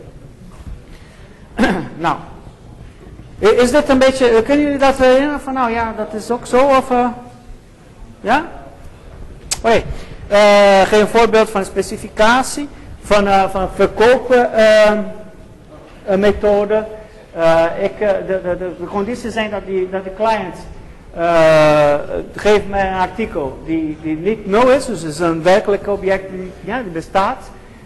Nou, is dit een beetje, kunnen jullie dat herinneren van nou ja, dat is ook zo of ja? Oké, geef een voorbeeld van een specificatie van een verkoopmethode. De condities zijn dat de client geeft mij een artikel die niet nul is, dus het is een werkelijk object die bestaat.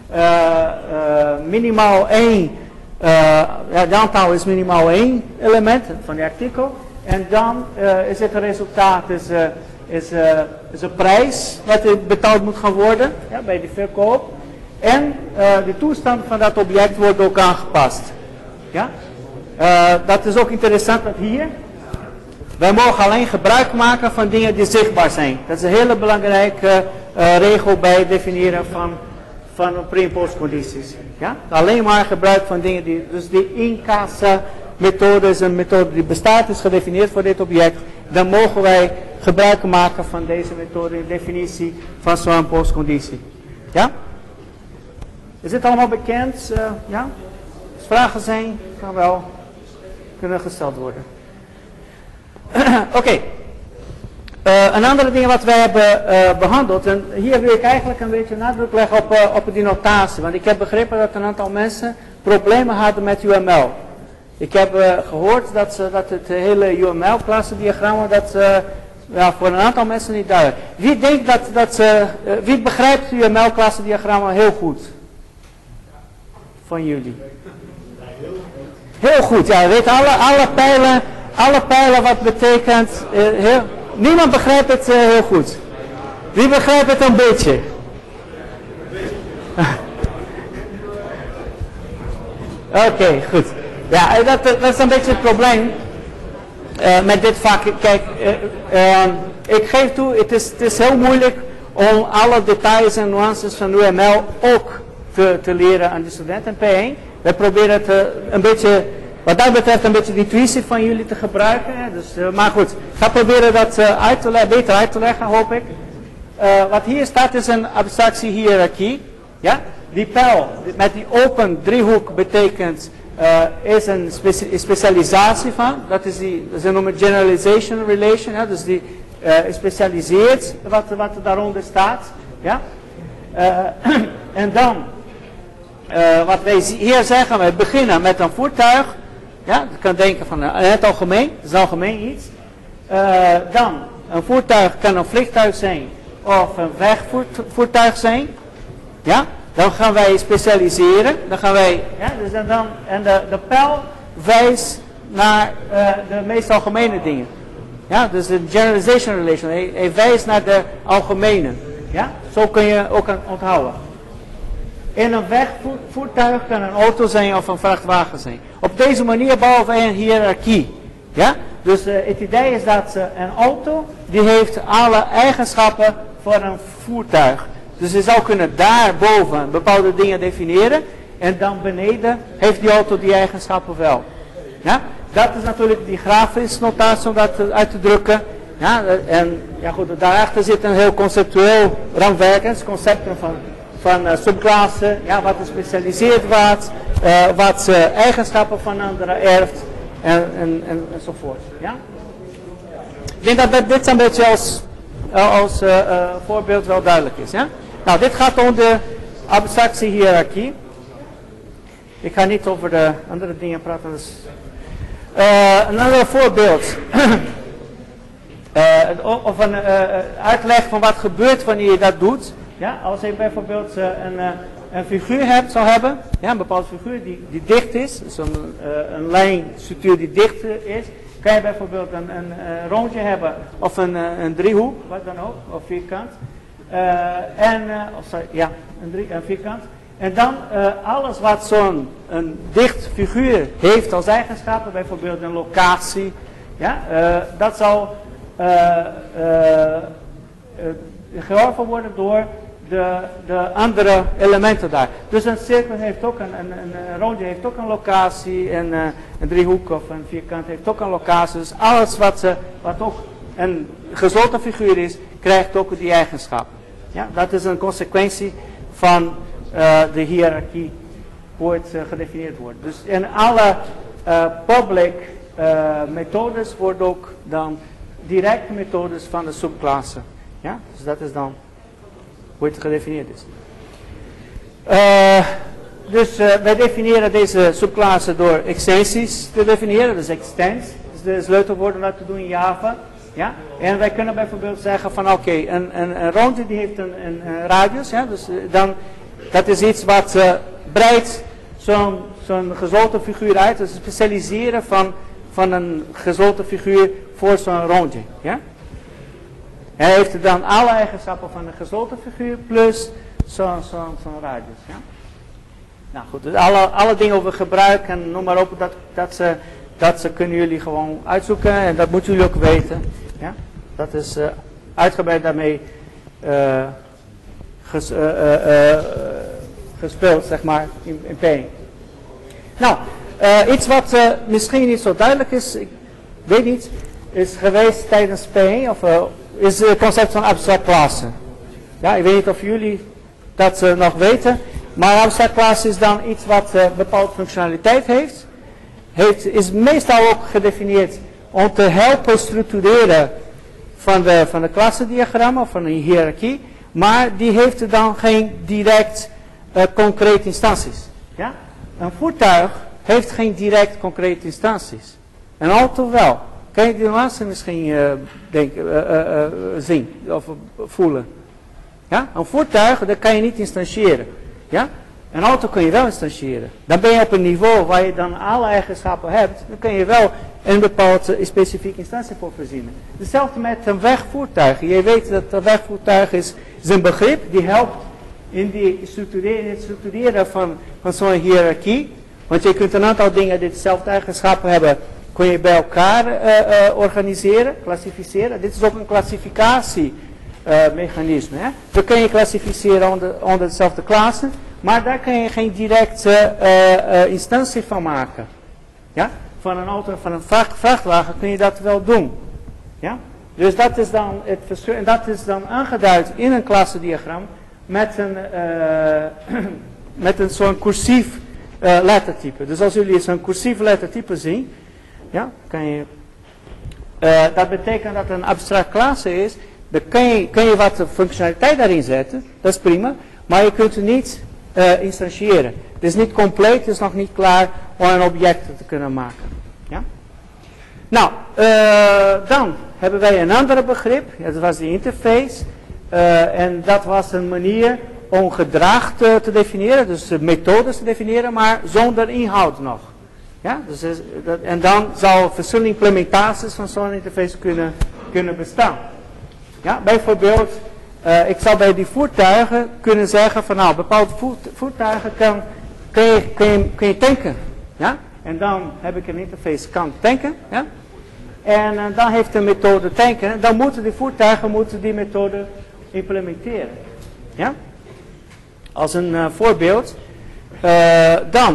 Minimaal 1, het aantal is minimaal 1 element van die artikel. En dan is het resultaat is een prijs wat betaald moet gaan worden bij de verkoop. En de toestand van dat object wordt ook aangepast. Ja? Dat is ook interessant dat hier, wij mogen alleen gebruik maken van dingen die zichtbaar zijn. Dat is een hele belangrijke regel bij het definiëren van pre- en postcondities. Ja? Alleen maar gebruik van dingen die, dus die in-casa methode is een methode die bestaat, is gedefinieerd voor dit object. Dan mogen wij gebruik maken van deze methode in definitie van zo'n postconditie. Ja? Is dit allemaal bekend? Ja? Als vragen zijn, kan wel kunnen gesteld worden. Oké. Een andere ding wat wij hebben behandeld, en hier wil ik eigenlijk een beetje nadruk leggen op die notatie, want ik heb begrepen dat een aantal mensen problemen hadden met UML. Ik heb gehoord dat het hele UML-klassendiagramma, voor een aantal mensen niet duidelijk. Wie denkt wie begrijpt UML-klassendiagramma heel goed? Van jullie. Heel goed, ja, weet alle pijlen wat betekent. Niemand begrijpt het heel goed. Wie begrijpt het een beetje? Oké, goed. Ja, dat is een beetje het probleem met dit vak. Kijk, ik geef toe, het is heel moeilijk om alle details en nuances van UML ook te leren aan de studenten P1. Wij proberen het een beetje, wat dat betreft, een beetje de intuïtie van jullie te gebruiken. Dus, maar goed, ik ga proberen dat beter uit te leggen, hoop ik. Wat hier staat is een abstractie hiërarchie. Ja? Die pijl met die open driehoek betekent, is een specialisatie van. Dat is ze noemen generalization relation. Ja? Dus die specialiseert wat daaronder staat. Ja? En dan, wat wij hier zeggen, wij beginnen met een voertuig. Ja, je kan denken van het algemeen, dat is algemeen iets. Dan, een voertuig kan een vliegtuig zijn of een wegvoertuig zijn. Ja, dan gaan wij specialiseren. Dan gaan wij, ja, dus de pijl wijst naar de meest algemene dingen. Ja, dus de generalization relation, hij wijst naar de algemene. Ja, zo kun je ook onthouden. In een wegvoertuig kan een auto zijn of een vrachtwagen zijn. Op deze manier bouwen wij een hiërarchie. Ja? Dus het idee is dat een auto, die heeft alle eigenschappen van een voertuig. Dus je zou kunnen daarboven bepaalde dingen definiëren. En dan beneden heeft die auto die eigenschappen wel. Ja? Dat is natuurlijk die grafische notatie om dat uit te drukken. Ja? En ja, goed, daarachter zit een heel conceptueel raamwerk. Het concepten van subklassen, ja, wat gespecialiseerd wordt, wat eigenschappen van anderen erft enzovoort. Ja? Ik denk dat dit een beetje als voorbeeld wel duidelijk is. Ja? Nou, dit gaat om de abstractie hiërarchie. Ik ga niet over de andere dingen praten. Dus. Een ander voorbeeld. Of een uitleg van wat gebeurt wanneer je dat doet. Ja, als je bijvoorbeeld een figuur zou hebben, ja, een bepaalde figuur die dicht is, dus een lijnstructuur die dicht is, kan je bijvoorbeeld een rondje hebben of een driehoek, wat dan ook, of vierkant. Een vierkant. En dan alles wat zo'n dicht figuur heeft als eigenschappen, bijvoorbeeld een locatie, ja, dat zal geholpen worden door de andere elementen daar. Dus een cirkel heeft ook een rondje heeft ook een locatie en een driehoek of een vierkant heeft ook een locatie. Dus alles wat ook een gesloten figuur is, krijgt ook die eigenschappen. Ja, dat is een consequentie van de hiërarchie, hoe het gedefinieerd wordt. Dus in alle public methodes worden ook dan directe methodes van de subklassen. Ja, dus dat is dan hoe het gedefinieerd is. Dus wij definiëren deze subklassen door extensies te definiëren, dus extends. Dus de sleutelwoorden laten doen in Java. Ja? En wij kunnen bijvoorbeeld zeggen van oké, een ronde die heeft een radius. Ja? Dus dan, dat is iets wat breidt zo'n gesloten figuur uit. Dus specialiseren van een gesloten figuur voor zo'n rondje. Ja? Hij heeft dan alle eigenschappen van een gesloten figuur plus zo'n radius. Ja? Nou goed, dus alle dingen over gebruik en noem maar op, dat ze kunnen jullie gewoon uitzoeken en dat moeten jullie ook weten. Ja? Dat is uitgebreid daarmee gespeeld, zeg maar, in Paint. Nou, iets wat misschien niet zo duidelijk is, ik weet niet, is geweest tijdens Paint, of is het concept van abstract klassen. Ja, ik weet niet of jullie dat nog weten, maar abstract klasse is dan iets wat bepaalde functionaliteit heeft. Is meestal ook gedefinieerd om te helpen structureren van de klassendiagrammen of van een hiërarchie, maar die heeft dan geen direct concrete instanties. Ja? Een voertuig heeft geen direct concrete instanties. Een auto wel. Kan je die nuance misschien zien of voelen? Ja? Een voertuig, dat kan je niet instantiëren. Ja? Een auto kun je wel instantiëren. Dan ben je op een niveau waar je dan alle eigenschappen hebt. Dan kun je wel een bepaalde specifieke instantie voor voorzien. Hetzelfde met een wegvoertuig. Je weet dat een wegvoertuig is een begrip die helpt in het structureren van zo'n hiërarchie. Want je kunt een aantal dingen die dezelfde eigenschappen hebben, kun je bij elkaar organiseren, klassificeren. Dit is ook een klassificatiemechanisme. Dan kun je klassificeren onder dezelfde klassen. Maar daar kun je geen directe instantie van maken. Ja? Van een auto, van een vrachtwagen kun je dat wel doen. Ja? Dus dat is dan het verschil. En dat is dan aangeduid in een klassendiagram met een zo'n cursief lettertype. Dus als jullie zo'n cursief lettertype zien, ja, kan je, dat betekent dat het een abstract klasse is. Dan kun je wat functionaliteit daarin zetten. Dat is prima. Maar je kunt het niet instantiëren. Het is niet compleet, het is nog niet klaar om een object te kunnen maken. Ja? Nou, dan hebben wij een ander begrip. Dat was de interface. En dat was een manier om gedrag te definiëren, dus methodes te definiëren, maar zonder inhoud nog. Ja? Dus en dan zou verschillende implementaties van zo'n interface kunnen bestaan. Ja? Bijvoorbeeld, ik zou bij die voertuigen kunnen zeggen van nou, bepaalde voertuigen kun je tanken. Ja? En dan heb ik een interface kan tanken. Ja? En dan heeft de methode tanken. Dan moeten die voertuigen die methode implementeren. Ja? Als een voorbeeld. Dan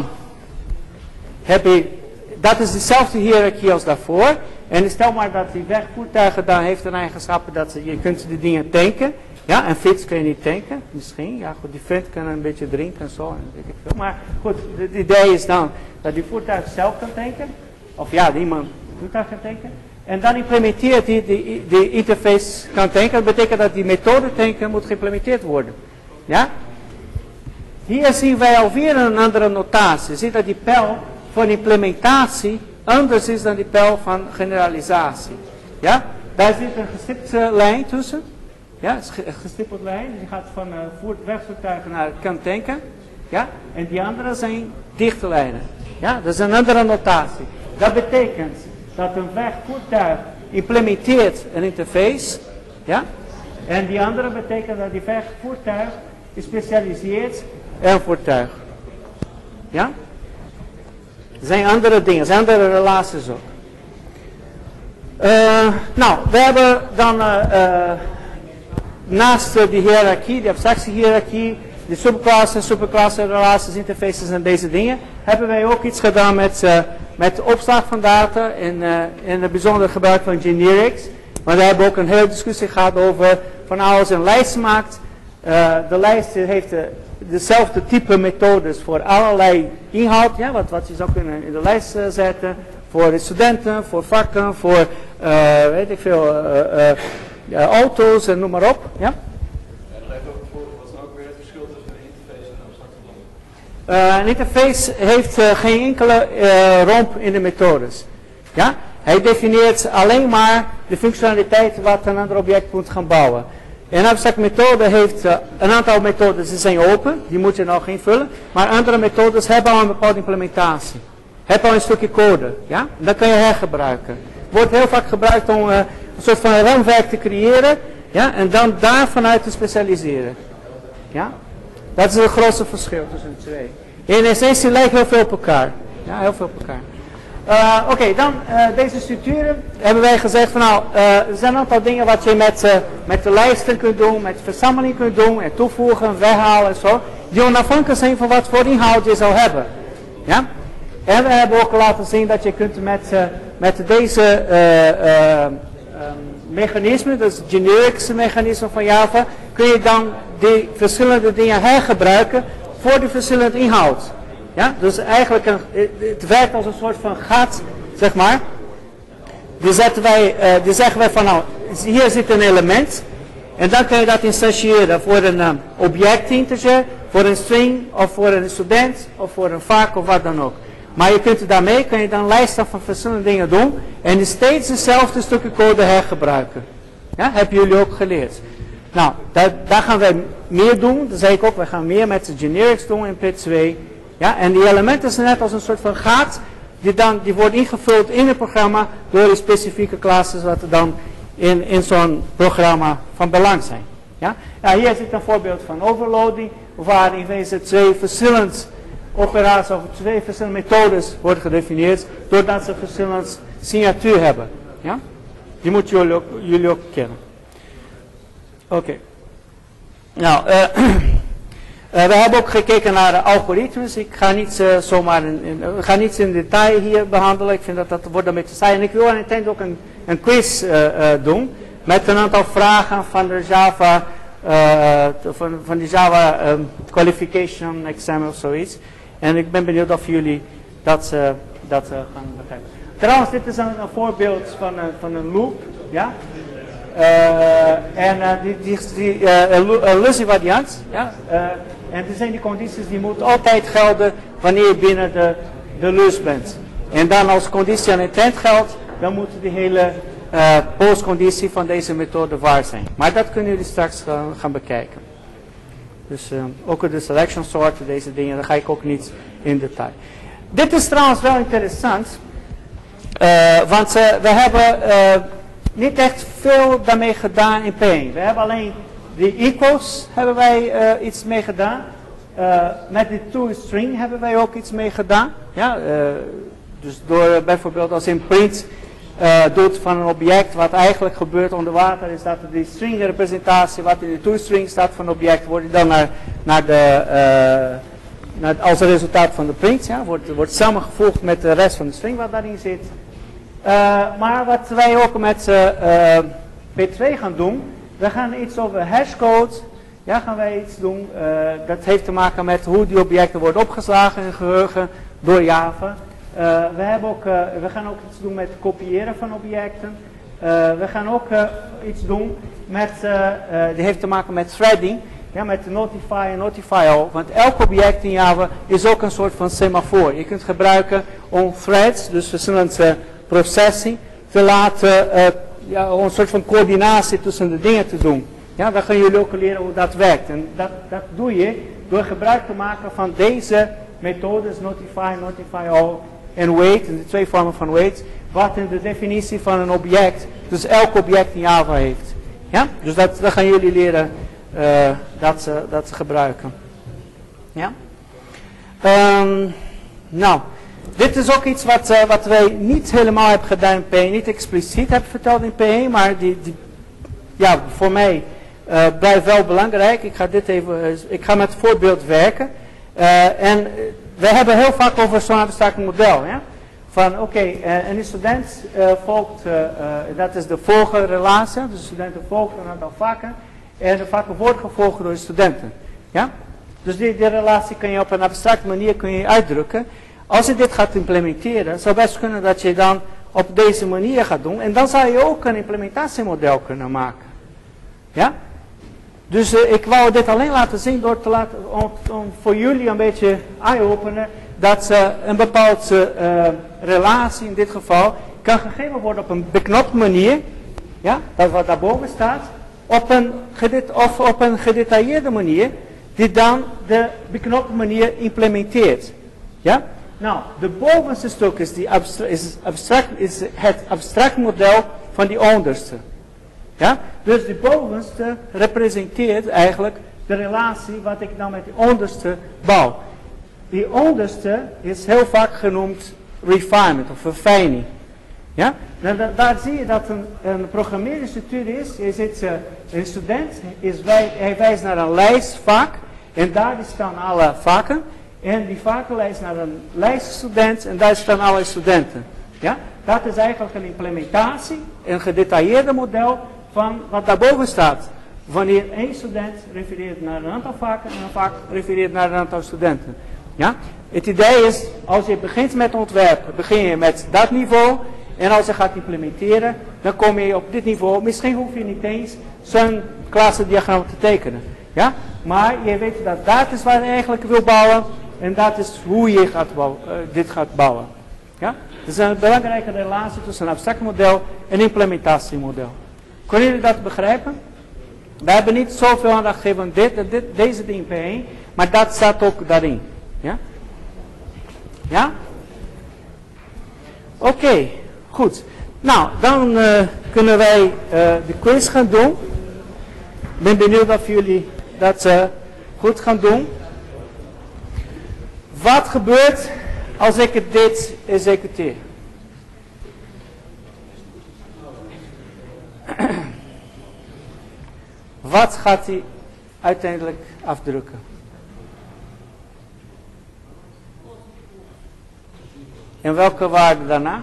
heb je, dat is dezelfde hiërarchie als daarvoor. En stel maar dat die wegvoertuigen dan heeft een eigenschap dat je kunt die dingen tanken. Ja, een fiets kun je niet tanken, misschien. Ja, goed, die vent kan een beetje drinken en zo. En weet ik veel. Maar goed, het idee is dan dat die voertuig zelf kan tanken. Of ja, iemand voertuig kan tanken. En dan implementeert die interface kan tanken. Dat betekent dat die methode tanken moet geïmplementeerd worden. Ja? Hier zien wij alweer een andere notatie. Je ziet dat die pijl van implementatie anders is dan die pijl van generalisatie. Ja? Daar zit een gestipte lijn tussen. Ja, een gestippeld lijn. Die gaat van wegvoertuigen naar kan tanken. Ja? En die andere zijn dichte lijnen. Ja? Dat is een andere notatie. Dat betekent dat een wegvoertuig implementeert een interface. Ja? En die andere betekent dat die wegvoertuig specialiseert een voertuig. Ja? Er zijn andere dingen, er zijn andere relaties ook. Nou, we hebben dan naast de hiërarchie, de abstractiehiërarchie, de subklassen, superklassenrelaties, interfaces en deze dingen, hebben wij ook iets gedaan met de opslag van data en het bijzonder gebruik van generics. Maar we hebben ook een hele discussie gehad over van alles een lijst maakt. De lijst heeft dezelfde type methodes voor allerlei inhoud, ja, wat je zou kunnen in de lijst zetten. Voor de studenten, voor vakken, voor weet ik veel, auto's en noem maar op. Ja? En dan even voor, wat is nou ook weer het verschil tussen een interface en een abstracte romp? Een interface heeft geen enkele romp in de methodes. Ja? Hij definieert alleen maar de functionaliteit wat een ander object moet gaan bouwen. Een abstracte methode heeft een aantal methodes die zijn open, die moet je nog invullen. Maar andere methodes hebben al een bepaalde implementatie. Hebben al een stukje code. Ja? Dat kan je hergebruiken. Wordt heel vaak gebruikt om een soort van raamwerk te creëren. Ja? En dan daar vanuit te specialiseren. Ja? Dat is het grootste verschil tussen de twee. In essentie lijken heel veel op elkaar. Ja, heel veel op elkaar. Oké, dan deze structuren hebben wij gezegd van nou, er zijn een aantal dingen wat je met de lijsten kunt doen, met verzameling kunt doen, en toevoegen, weghalen en zo, die onafhankelijk zijn van wat voor inhoud je zou hebben. Ja? En we hebben ook laten zien dat je kunt met deze mechanismen, dus generics mechanismen van Java, kun je dan die verschillende dingen hergebruiken voor de verschillende inhoud. Ja, dus eigenlijk het werkt als een soort van gat, zeg maar. Die zeggen wij van nou, hier zit een element. En dan kun je dat instantiëren voor een object integer, voor een string, of voor een student, of voor een vak, of wat dan ook. Maar je kunt daarmee kun je dan lijsten van verschillende dingen doen. En steeds dezelfde stukken code hergebruiken. Ja, hebben jullie ook geleerd. Nou, daar gaan wij meer doen. Dat zei ik ook, wij gaan meer met de generics doen in P2. Ja, en die elementen zijn net als een soort van gat, die wordt ingevuld in het programma door die specifieke klassen, wat er dan in zo'n programma van belang zijn. Ja? Ja, hier zit een voorbeeld van overloading, waar in wezen twee verschillende operaties of twee verschillende methodes worden gedefinieerd, doordat ze verschillende signatuur hebben. Ja? Die moeten jullie ook kennen. Oké. Nou, we hebben ook gekeken naar de algoritmes. Ik ga niet zomaar in detail hier behandelen. Ik vind dat wordt een beetje saai. En ik wil aan het eind ook een quiz doen. Met een aantal vragen van de Java, van de Java Qualification Exam of zoiets. En ik ben benieuwd of jullie dat gaan begrijpen. Trouwens, dit is een voorbeeld van een loop. Ja? Een losse variant. Ja? En dit zijn die condities die moeten altijd gelden wanneer je binnen de lus bent. En dan als conditie aan het eind geldt, dan moet die hele postconditie van deze methode waar zijn. Maar dat kunnen jullie straks gaan bekijken. Dus ook de selection sort, deze dingen, daar ga ik ook niet in detail. Dit is trouwens wel interessant, want we hebben niet echt veel daarmee gedaan in P1. We hebben alleen de equals hebben wij iets mee gedaan. Met de toString hebben wij ook iets mee gedaan. Ja, dus door bijvoorbeeld als in print doet van een object wat eigenlijk gebeurt onder water, is dat de string representatie wat in de toString staat van een object wordt dan als resultaat van de print. Ja, wordt samengevoegd met de rest van de string wat daarin zit. Maar wat wij ook met P2 gaan doen, we gaan iets over hashcode. Ja, gaan wij iets doen. Dat heeft te maken met hoe die objecten worden opgeslagen in geheugen door Java. We gaan ook iets doen met het kopiëren van objecten. We gaan ook iets doen met, die heeft te maken met threading. Ja, met notify en notify all. Want elk object in Java is ook een soort van semafoor. Je kunt gebruiken om threads, dus verschillende processing, te laten, een soort van coördinatie tussen de dingen te doen. Ja, dan gaan jullie ook leren hoe dat werkt. En dat doe je door gebruik te maken van deze methodes, notify, notify all en wait, de twee vormen van wait, wat in de definitie van een object, dus elk object in Java heeft. Ja? Dus dat gaan jullie leren dat gebruiken. Ja? Nou, dit is ook iets wat wij niet helemaal hebben gedaan in P1, niet expliciet hebben verteld in P1, maar ja, voor mij blijft wel belangrijk. Ik ga met het voorbeeld werken. En we hebben heel vaak over zo'n abstract model. Ja? Van oké, een student volgt, dat is de volgerrelatie, dus de studenten volgen een aantal vakken. en vaak wordt gevolgd door de studenten. Ja? Dus die relatie kun je op een abstracte manier uitdrukken. Als je dit gaat implementeren, zou best kunnen dat je dan op deze manier gaat doen. En dan zou je ook een implementatiemodel kunnen maken. Ja? Dus ik wou dit alleen laten zien door te laten, om voor jullie een beetje eye-openen. Dat een bepaalde relatie in dit geval kan gegeven worden op een beknopte manier. Ja? Dat wat daarboven staat. Op een gedetailleerde manier. Die dan de beknopte manier implementeert. Ja? Nou, de bovenste stuk is het abstract model van die onderste. Ja? Dus die bovenste representeert eigenlijk de relatie wat ik dan met die onderste bouw. Die onderste is heel vaak genoemd refinement of verfijning. Ja? Daar zie je dat een programmeerstructuur is. Je ziet een student, hij wijst naar een lijst vak en daar staan alle vakken. En die vakken wijst naar een lijst studenten en daar staan alle studenten. Ja? Dat is eigenlijk een implementatie, een gedetailleerde model van wat daarboven staat. Wanneer één student refereert naar een aantal vakken en een vak refereert naar een aantal studenten. Ja? Het idee is, als je begint met ontwerpen, begin je met dat niveau. En als je gaat implementeren, dan kom je op dit niveau. Misschien hoef je niet eens zo'n klassendiagram te tekenen. Ja? Maar je weet dat is waar je eigenlijk wil bouwen. En dat is hoe je dit gaat bouwen. Ja? Het is een belangrijke relatie tussen een abstract model en een implementatiemodel. Kunnen jullie dat begrijpen? We hebben niet zoveel aandacht gegeven aan deze ding P1, maar dat staat ook daarin. Ja? Ja? Oké, goed. Nou, dan kunnen wij de quiz gaan doen. Ik ben benieuwd of jullie dat goed gaan doen. Wat gebeurt als ik dit executeer? Wat gaat hij uiteindelijk afdrukken? En welke waarde daarna?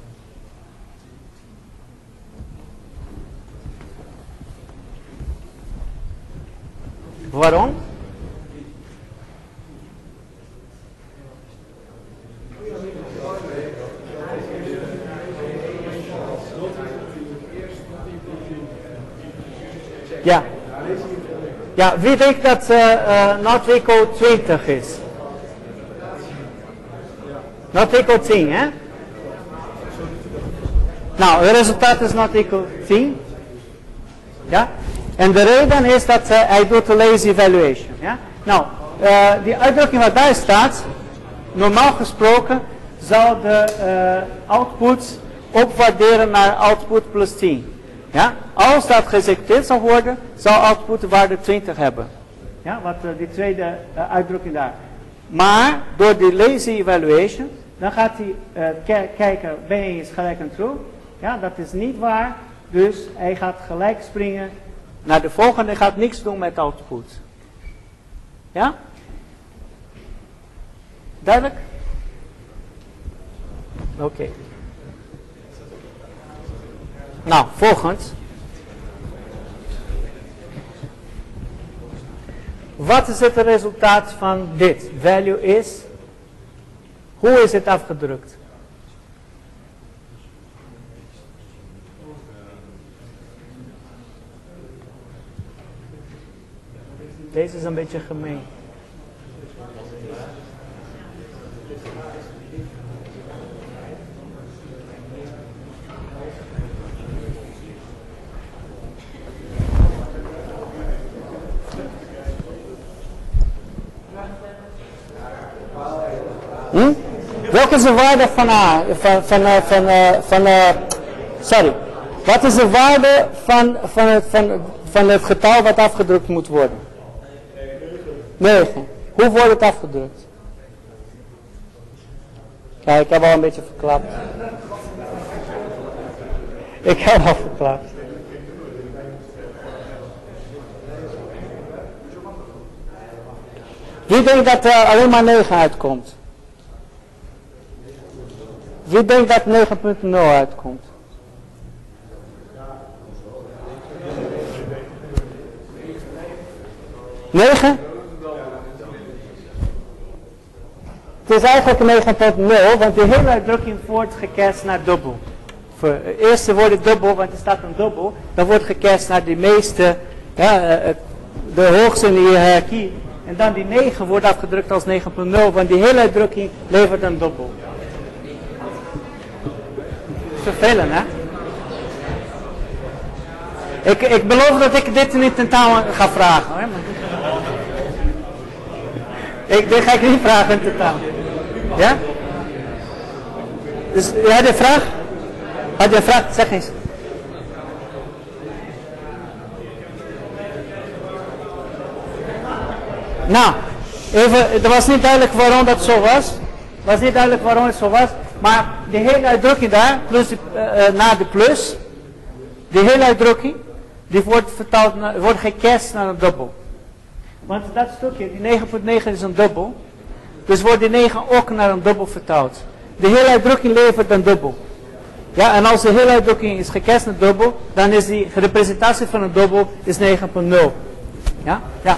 Waarom? Ja. Ja, wie denkt dat not equal 20 is? Not equal 10, hè? Nou, het resultaat is not equal 10. Ja? En de reden is dat hij doet de lazy evaluation. Ja? Nou, die uitdrukking wat daar staat, normaal gesproken zou de output opwaarderen naar output plus 10. Ja? Als dat geëxecuteerd zou worden, zou output de waarde 20 hebben. Ja? Wat die tweede uitdrukking daar. Maar door die lazy evaluation, dan gaat hij kijken, B is gelijk aan true. Ja, dat is niet waar. Dus hij gaat gelijk springen naar de volgende. Hij gaat niks doen met output. Ja? Duidelijk? Oké. Nou, volgend. Wat is het resultaat van dit? Value is. Hoe is het afgedrukt? Deze is een beetje gemeen. Welke is de waarde van A? Sorry. Wat is de waarde van het getal wat afgedrukt moet worden? 9. Hoe wordt het afgedrukt? Kijk, ik heb al een beetje verklapt. Ik heb al verklapt. Wie denkt dat er alleen maar 9 uitkomt? Wie denkt dat 9.0 uitkomt? 9? Het is eigenlijk 9 tot 0, want de hele uitdrukking wordt gecast naar dubbel. Eerst wordt het dubbel, want er staat een dubbel. Dan wordt gecast naar de meeste, de hoogste in de hiërarchie. En dan die 9 wordt afgedrukt als 9.0, want die hele uitdrukking levert een dubbel. Vervelend, hè? Ik beloof dat ik dit in het tentamen ga vragen, hoor. Dit ga ik niet vragen in tentamen. Ja? Dus, had je een vraag? Had je een vraag? Zeg eens. Nou, even, het was niet duidelijk waarom dat zo was. Maar de hele uitdrukking daar, plus na de plus, die hele uitdrukking, die wordt vertaald, wordt gecast naar een dubbel. Want dat stukje, die 9.9 is een dubbel. Dus wordt die 9 ook naar een dubbel vertaald. De hele uitdrukking levert een dubbel. Ja, en als de hele uitdrukking is gecast naar dubbel, dan is die representatie van een dubbel is 9.0. Ja? Ja.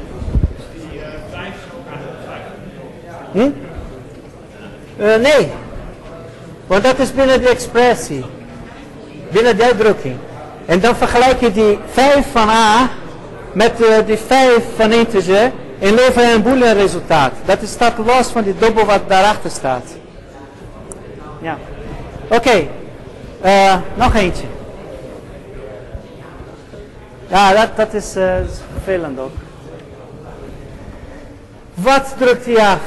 Nee. Want dat is binnen de expressie. Binnen de uitdrukking. En dan vergelijk je die 5 van A met die 5 van integer en lever je een boolean resultaat. Dat staat los van die dubbel wat daarachter staat. Ja. Oké. Nog eentje. Ja, dat is vervelend ook. Wat drukt hij af?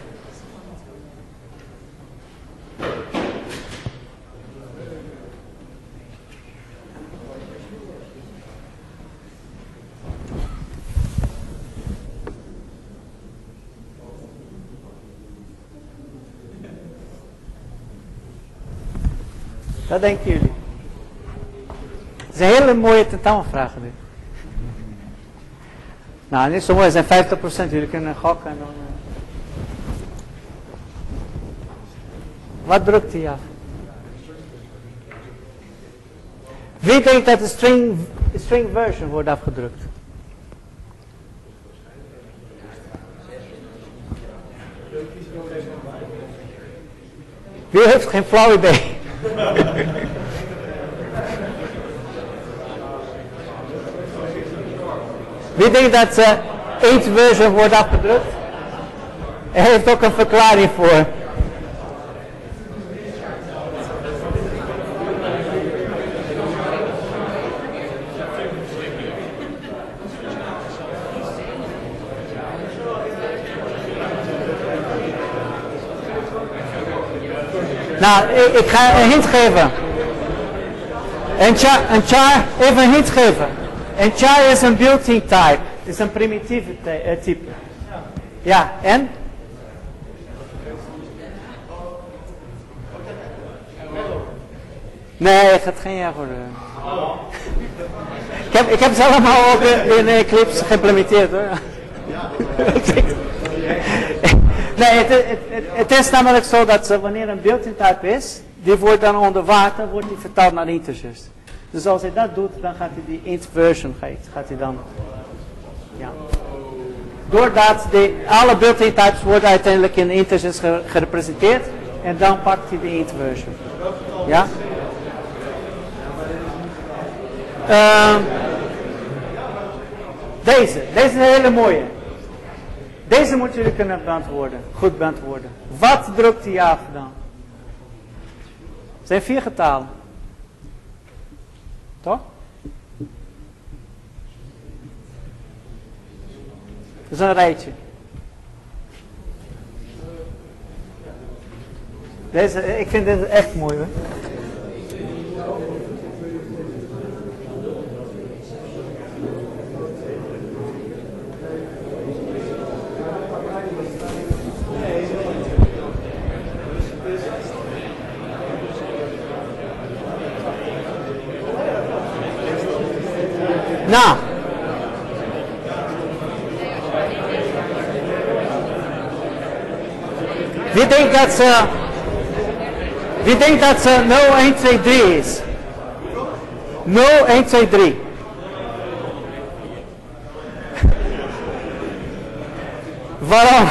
Wat denken jullie? Het is een hele mooie tentamenvragen nu. Nou, niet zo mooi, het zijn 50%. Jullie kunnen gokken en dan... Wat drukt hij af? Wie denkt dat de string version wordt afgedrukt? Wie heeft geen flauw idee? Wie denkt dat int version wordt afgedrukt? Hij heeft ook een verklaring voor. Nou, ik ga een hint geven. Een char, even een hint geven. Een char is een built-in type. Is een primitieve type. Ja, en? Nee, het gaat geen ja worden. Ik heb ze allemaal ook in Eclipse geïmplementeerd, hoor. Nee, het is namelijk zo dat wanneer een built-in type is, die wordt dan onder water, wordt die vertaald naar integers. Dus als hij dat doet, dan gaat hij die int version gaat hij dan. Ja. Doordat alle built-in types worden uiteindelijk in integers gerepresenteerd en dan pakt hij de int version. Ja? Deze is een hele mooie. Deze moeten jullie kunnen beantwoorden. Goed beantwoorden. Wat drukt hij af dan? Het zijn 4 getallen. Toch? Dat is een rijtje. Ik vind dit echt mooi, hoor. Nou. Wie denkt dat ze 0, 1, 2, 3 is? 0, 1, 2, 3. Waarom?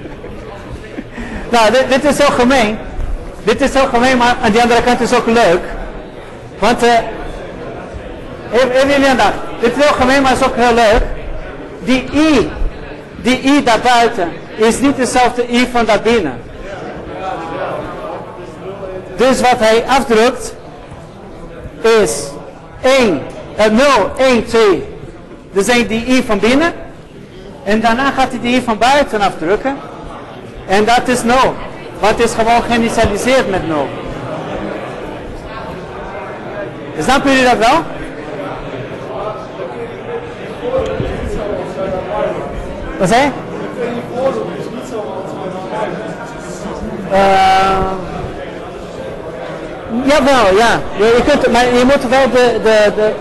Nou, dit is zo gemeen. Dit is zo gemeen, maar aan die andere kant is ook leuk. Want, even jullie aandacht. Dit is heel gemeen, maar is ook heel leuk. Die I daarbuiten is niet dezelfde I van daarbinnen. Dus wat hij afdrukt is 0, 1, 2. Dus die I van binnen. En daarna gaat hij die I van buiten afdrukken. En dat is 0. Want het is gewoon geïnitialiseerd met 0. Snappen jullie dat wel? Wat zei je? Jawel, ja. Je kunt, maar je moet wel de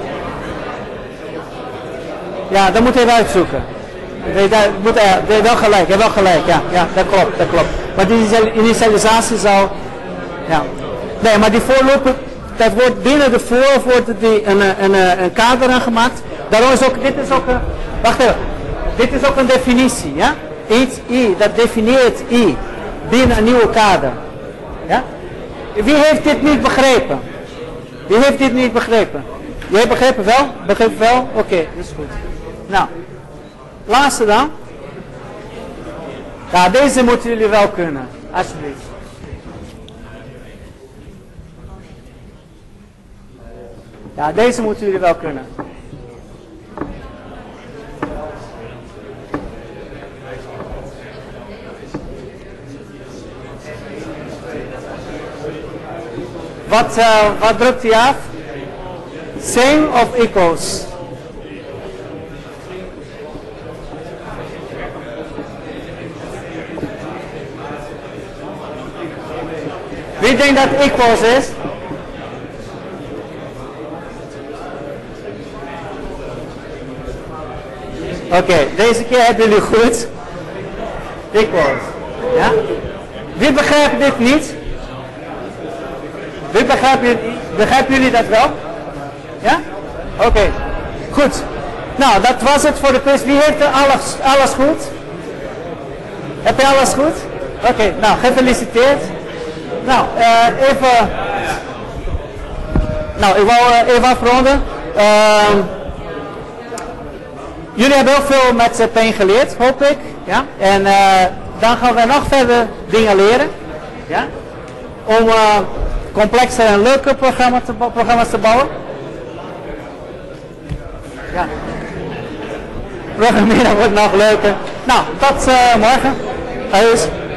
ja, dat moet je even uitzoeken. Je hebt wel gelijk, ja, dat klopt. Maar die initialisatie zou, ja. Nee, maar die voorlopen, dat wordt binnen de voor wordt een kader aangemaakt. Daarom is ook, dit is ook een, wacht even, dit is ook een definitie, ja. Iets I, dat definieert I binnen een nieuwe kader. Ja? Wie heeft dit niet begrepen? Wie heeft dit niet begrepen? Jij begrepen wel? Begrepen wel? Oké, dat is goed. Nou, laatste dan. Ja, deze moeten jullie wel kunnen, alsjeblieft. Ja, deze moeten jullie wel kunnen. Wat drukt hij af? Same of equals? Wie denkt dat equals is? Oké, deze keer hebben jullie goed. Equals. Ja? Wie begrijpt dit niet? Begrijpen jullie dat wel? Ja? Oké. Goed. Nou, dat was het voor de quiz. Wie heeft er alles goed? Heb je alles goed? Oké, nou, gefeliciteerd. Nou, even... Nou, ik wou even afronden. Jullie hebben heel veel met ZPN geleerd, hoop ik. Ja? En dan gaan we nog verder dingen leren. Ja? Om complexe en leuke programma's te bouwen. Ja. Programmeren wordt nog leuker. Nou, tot morgen. Adios.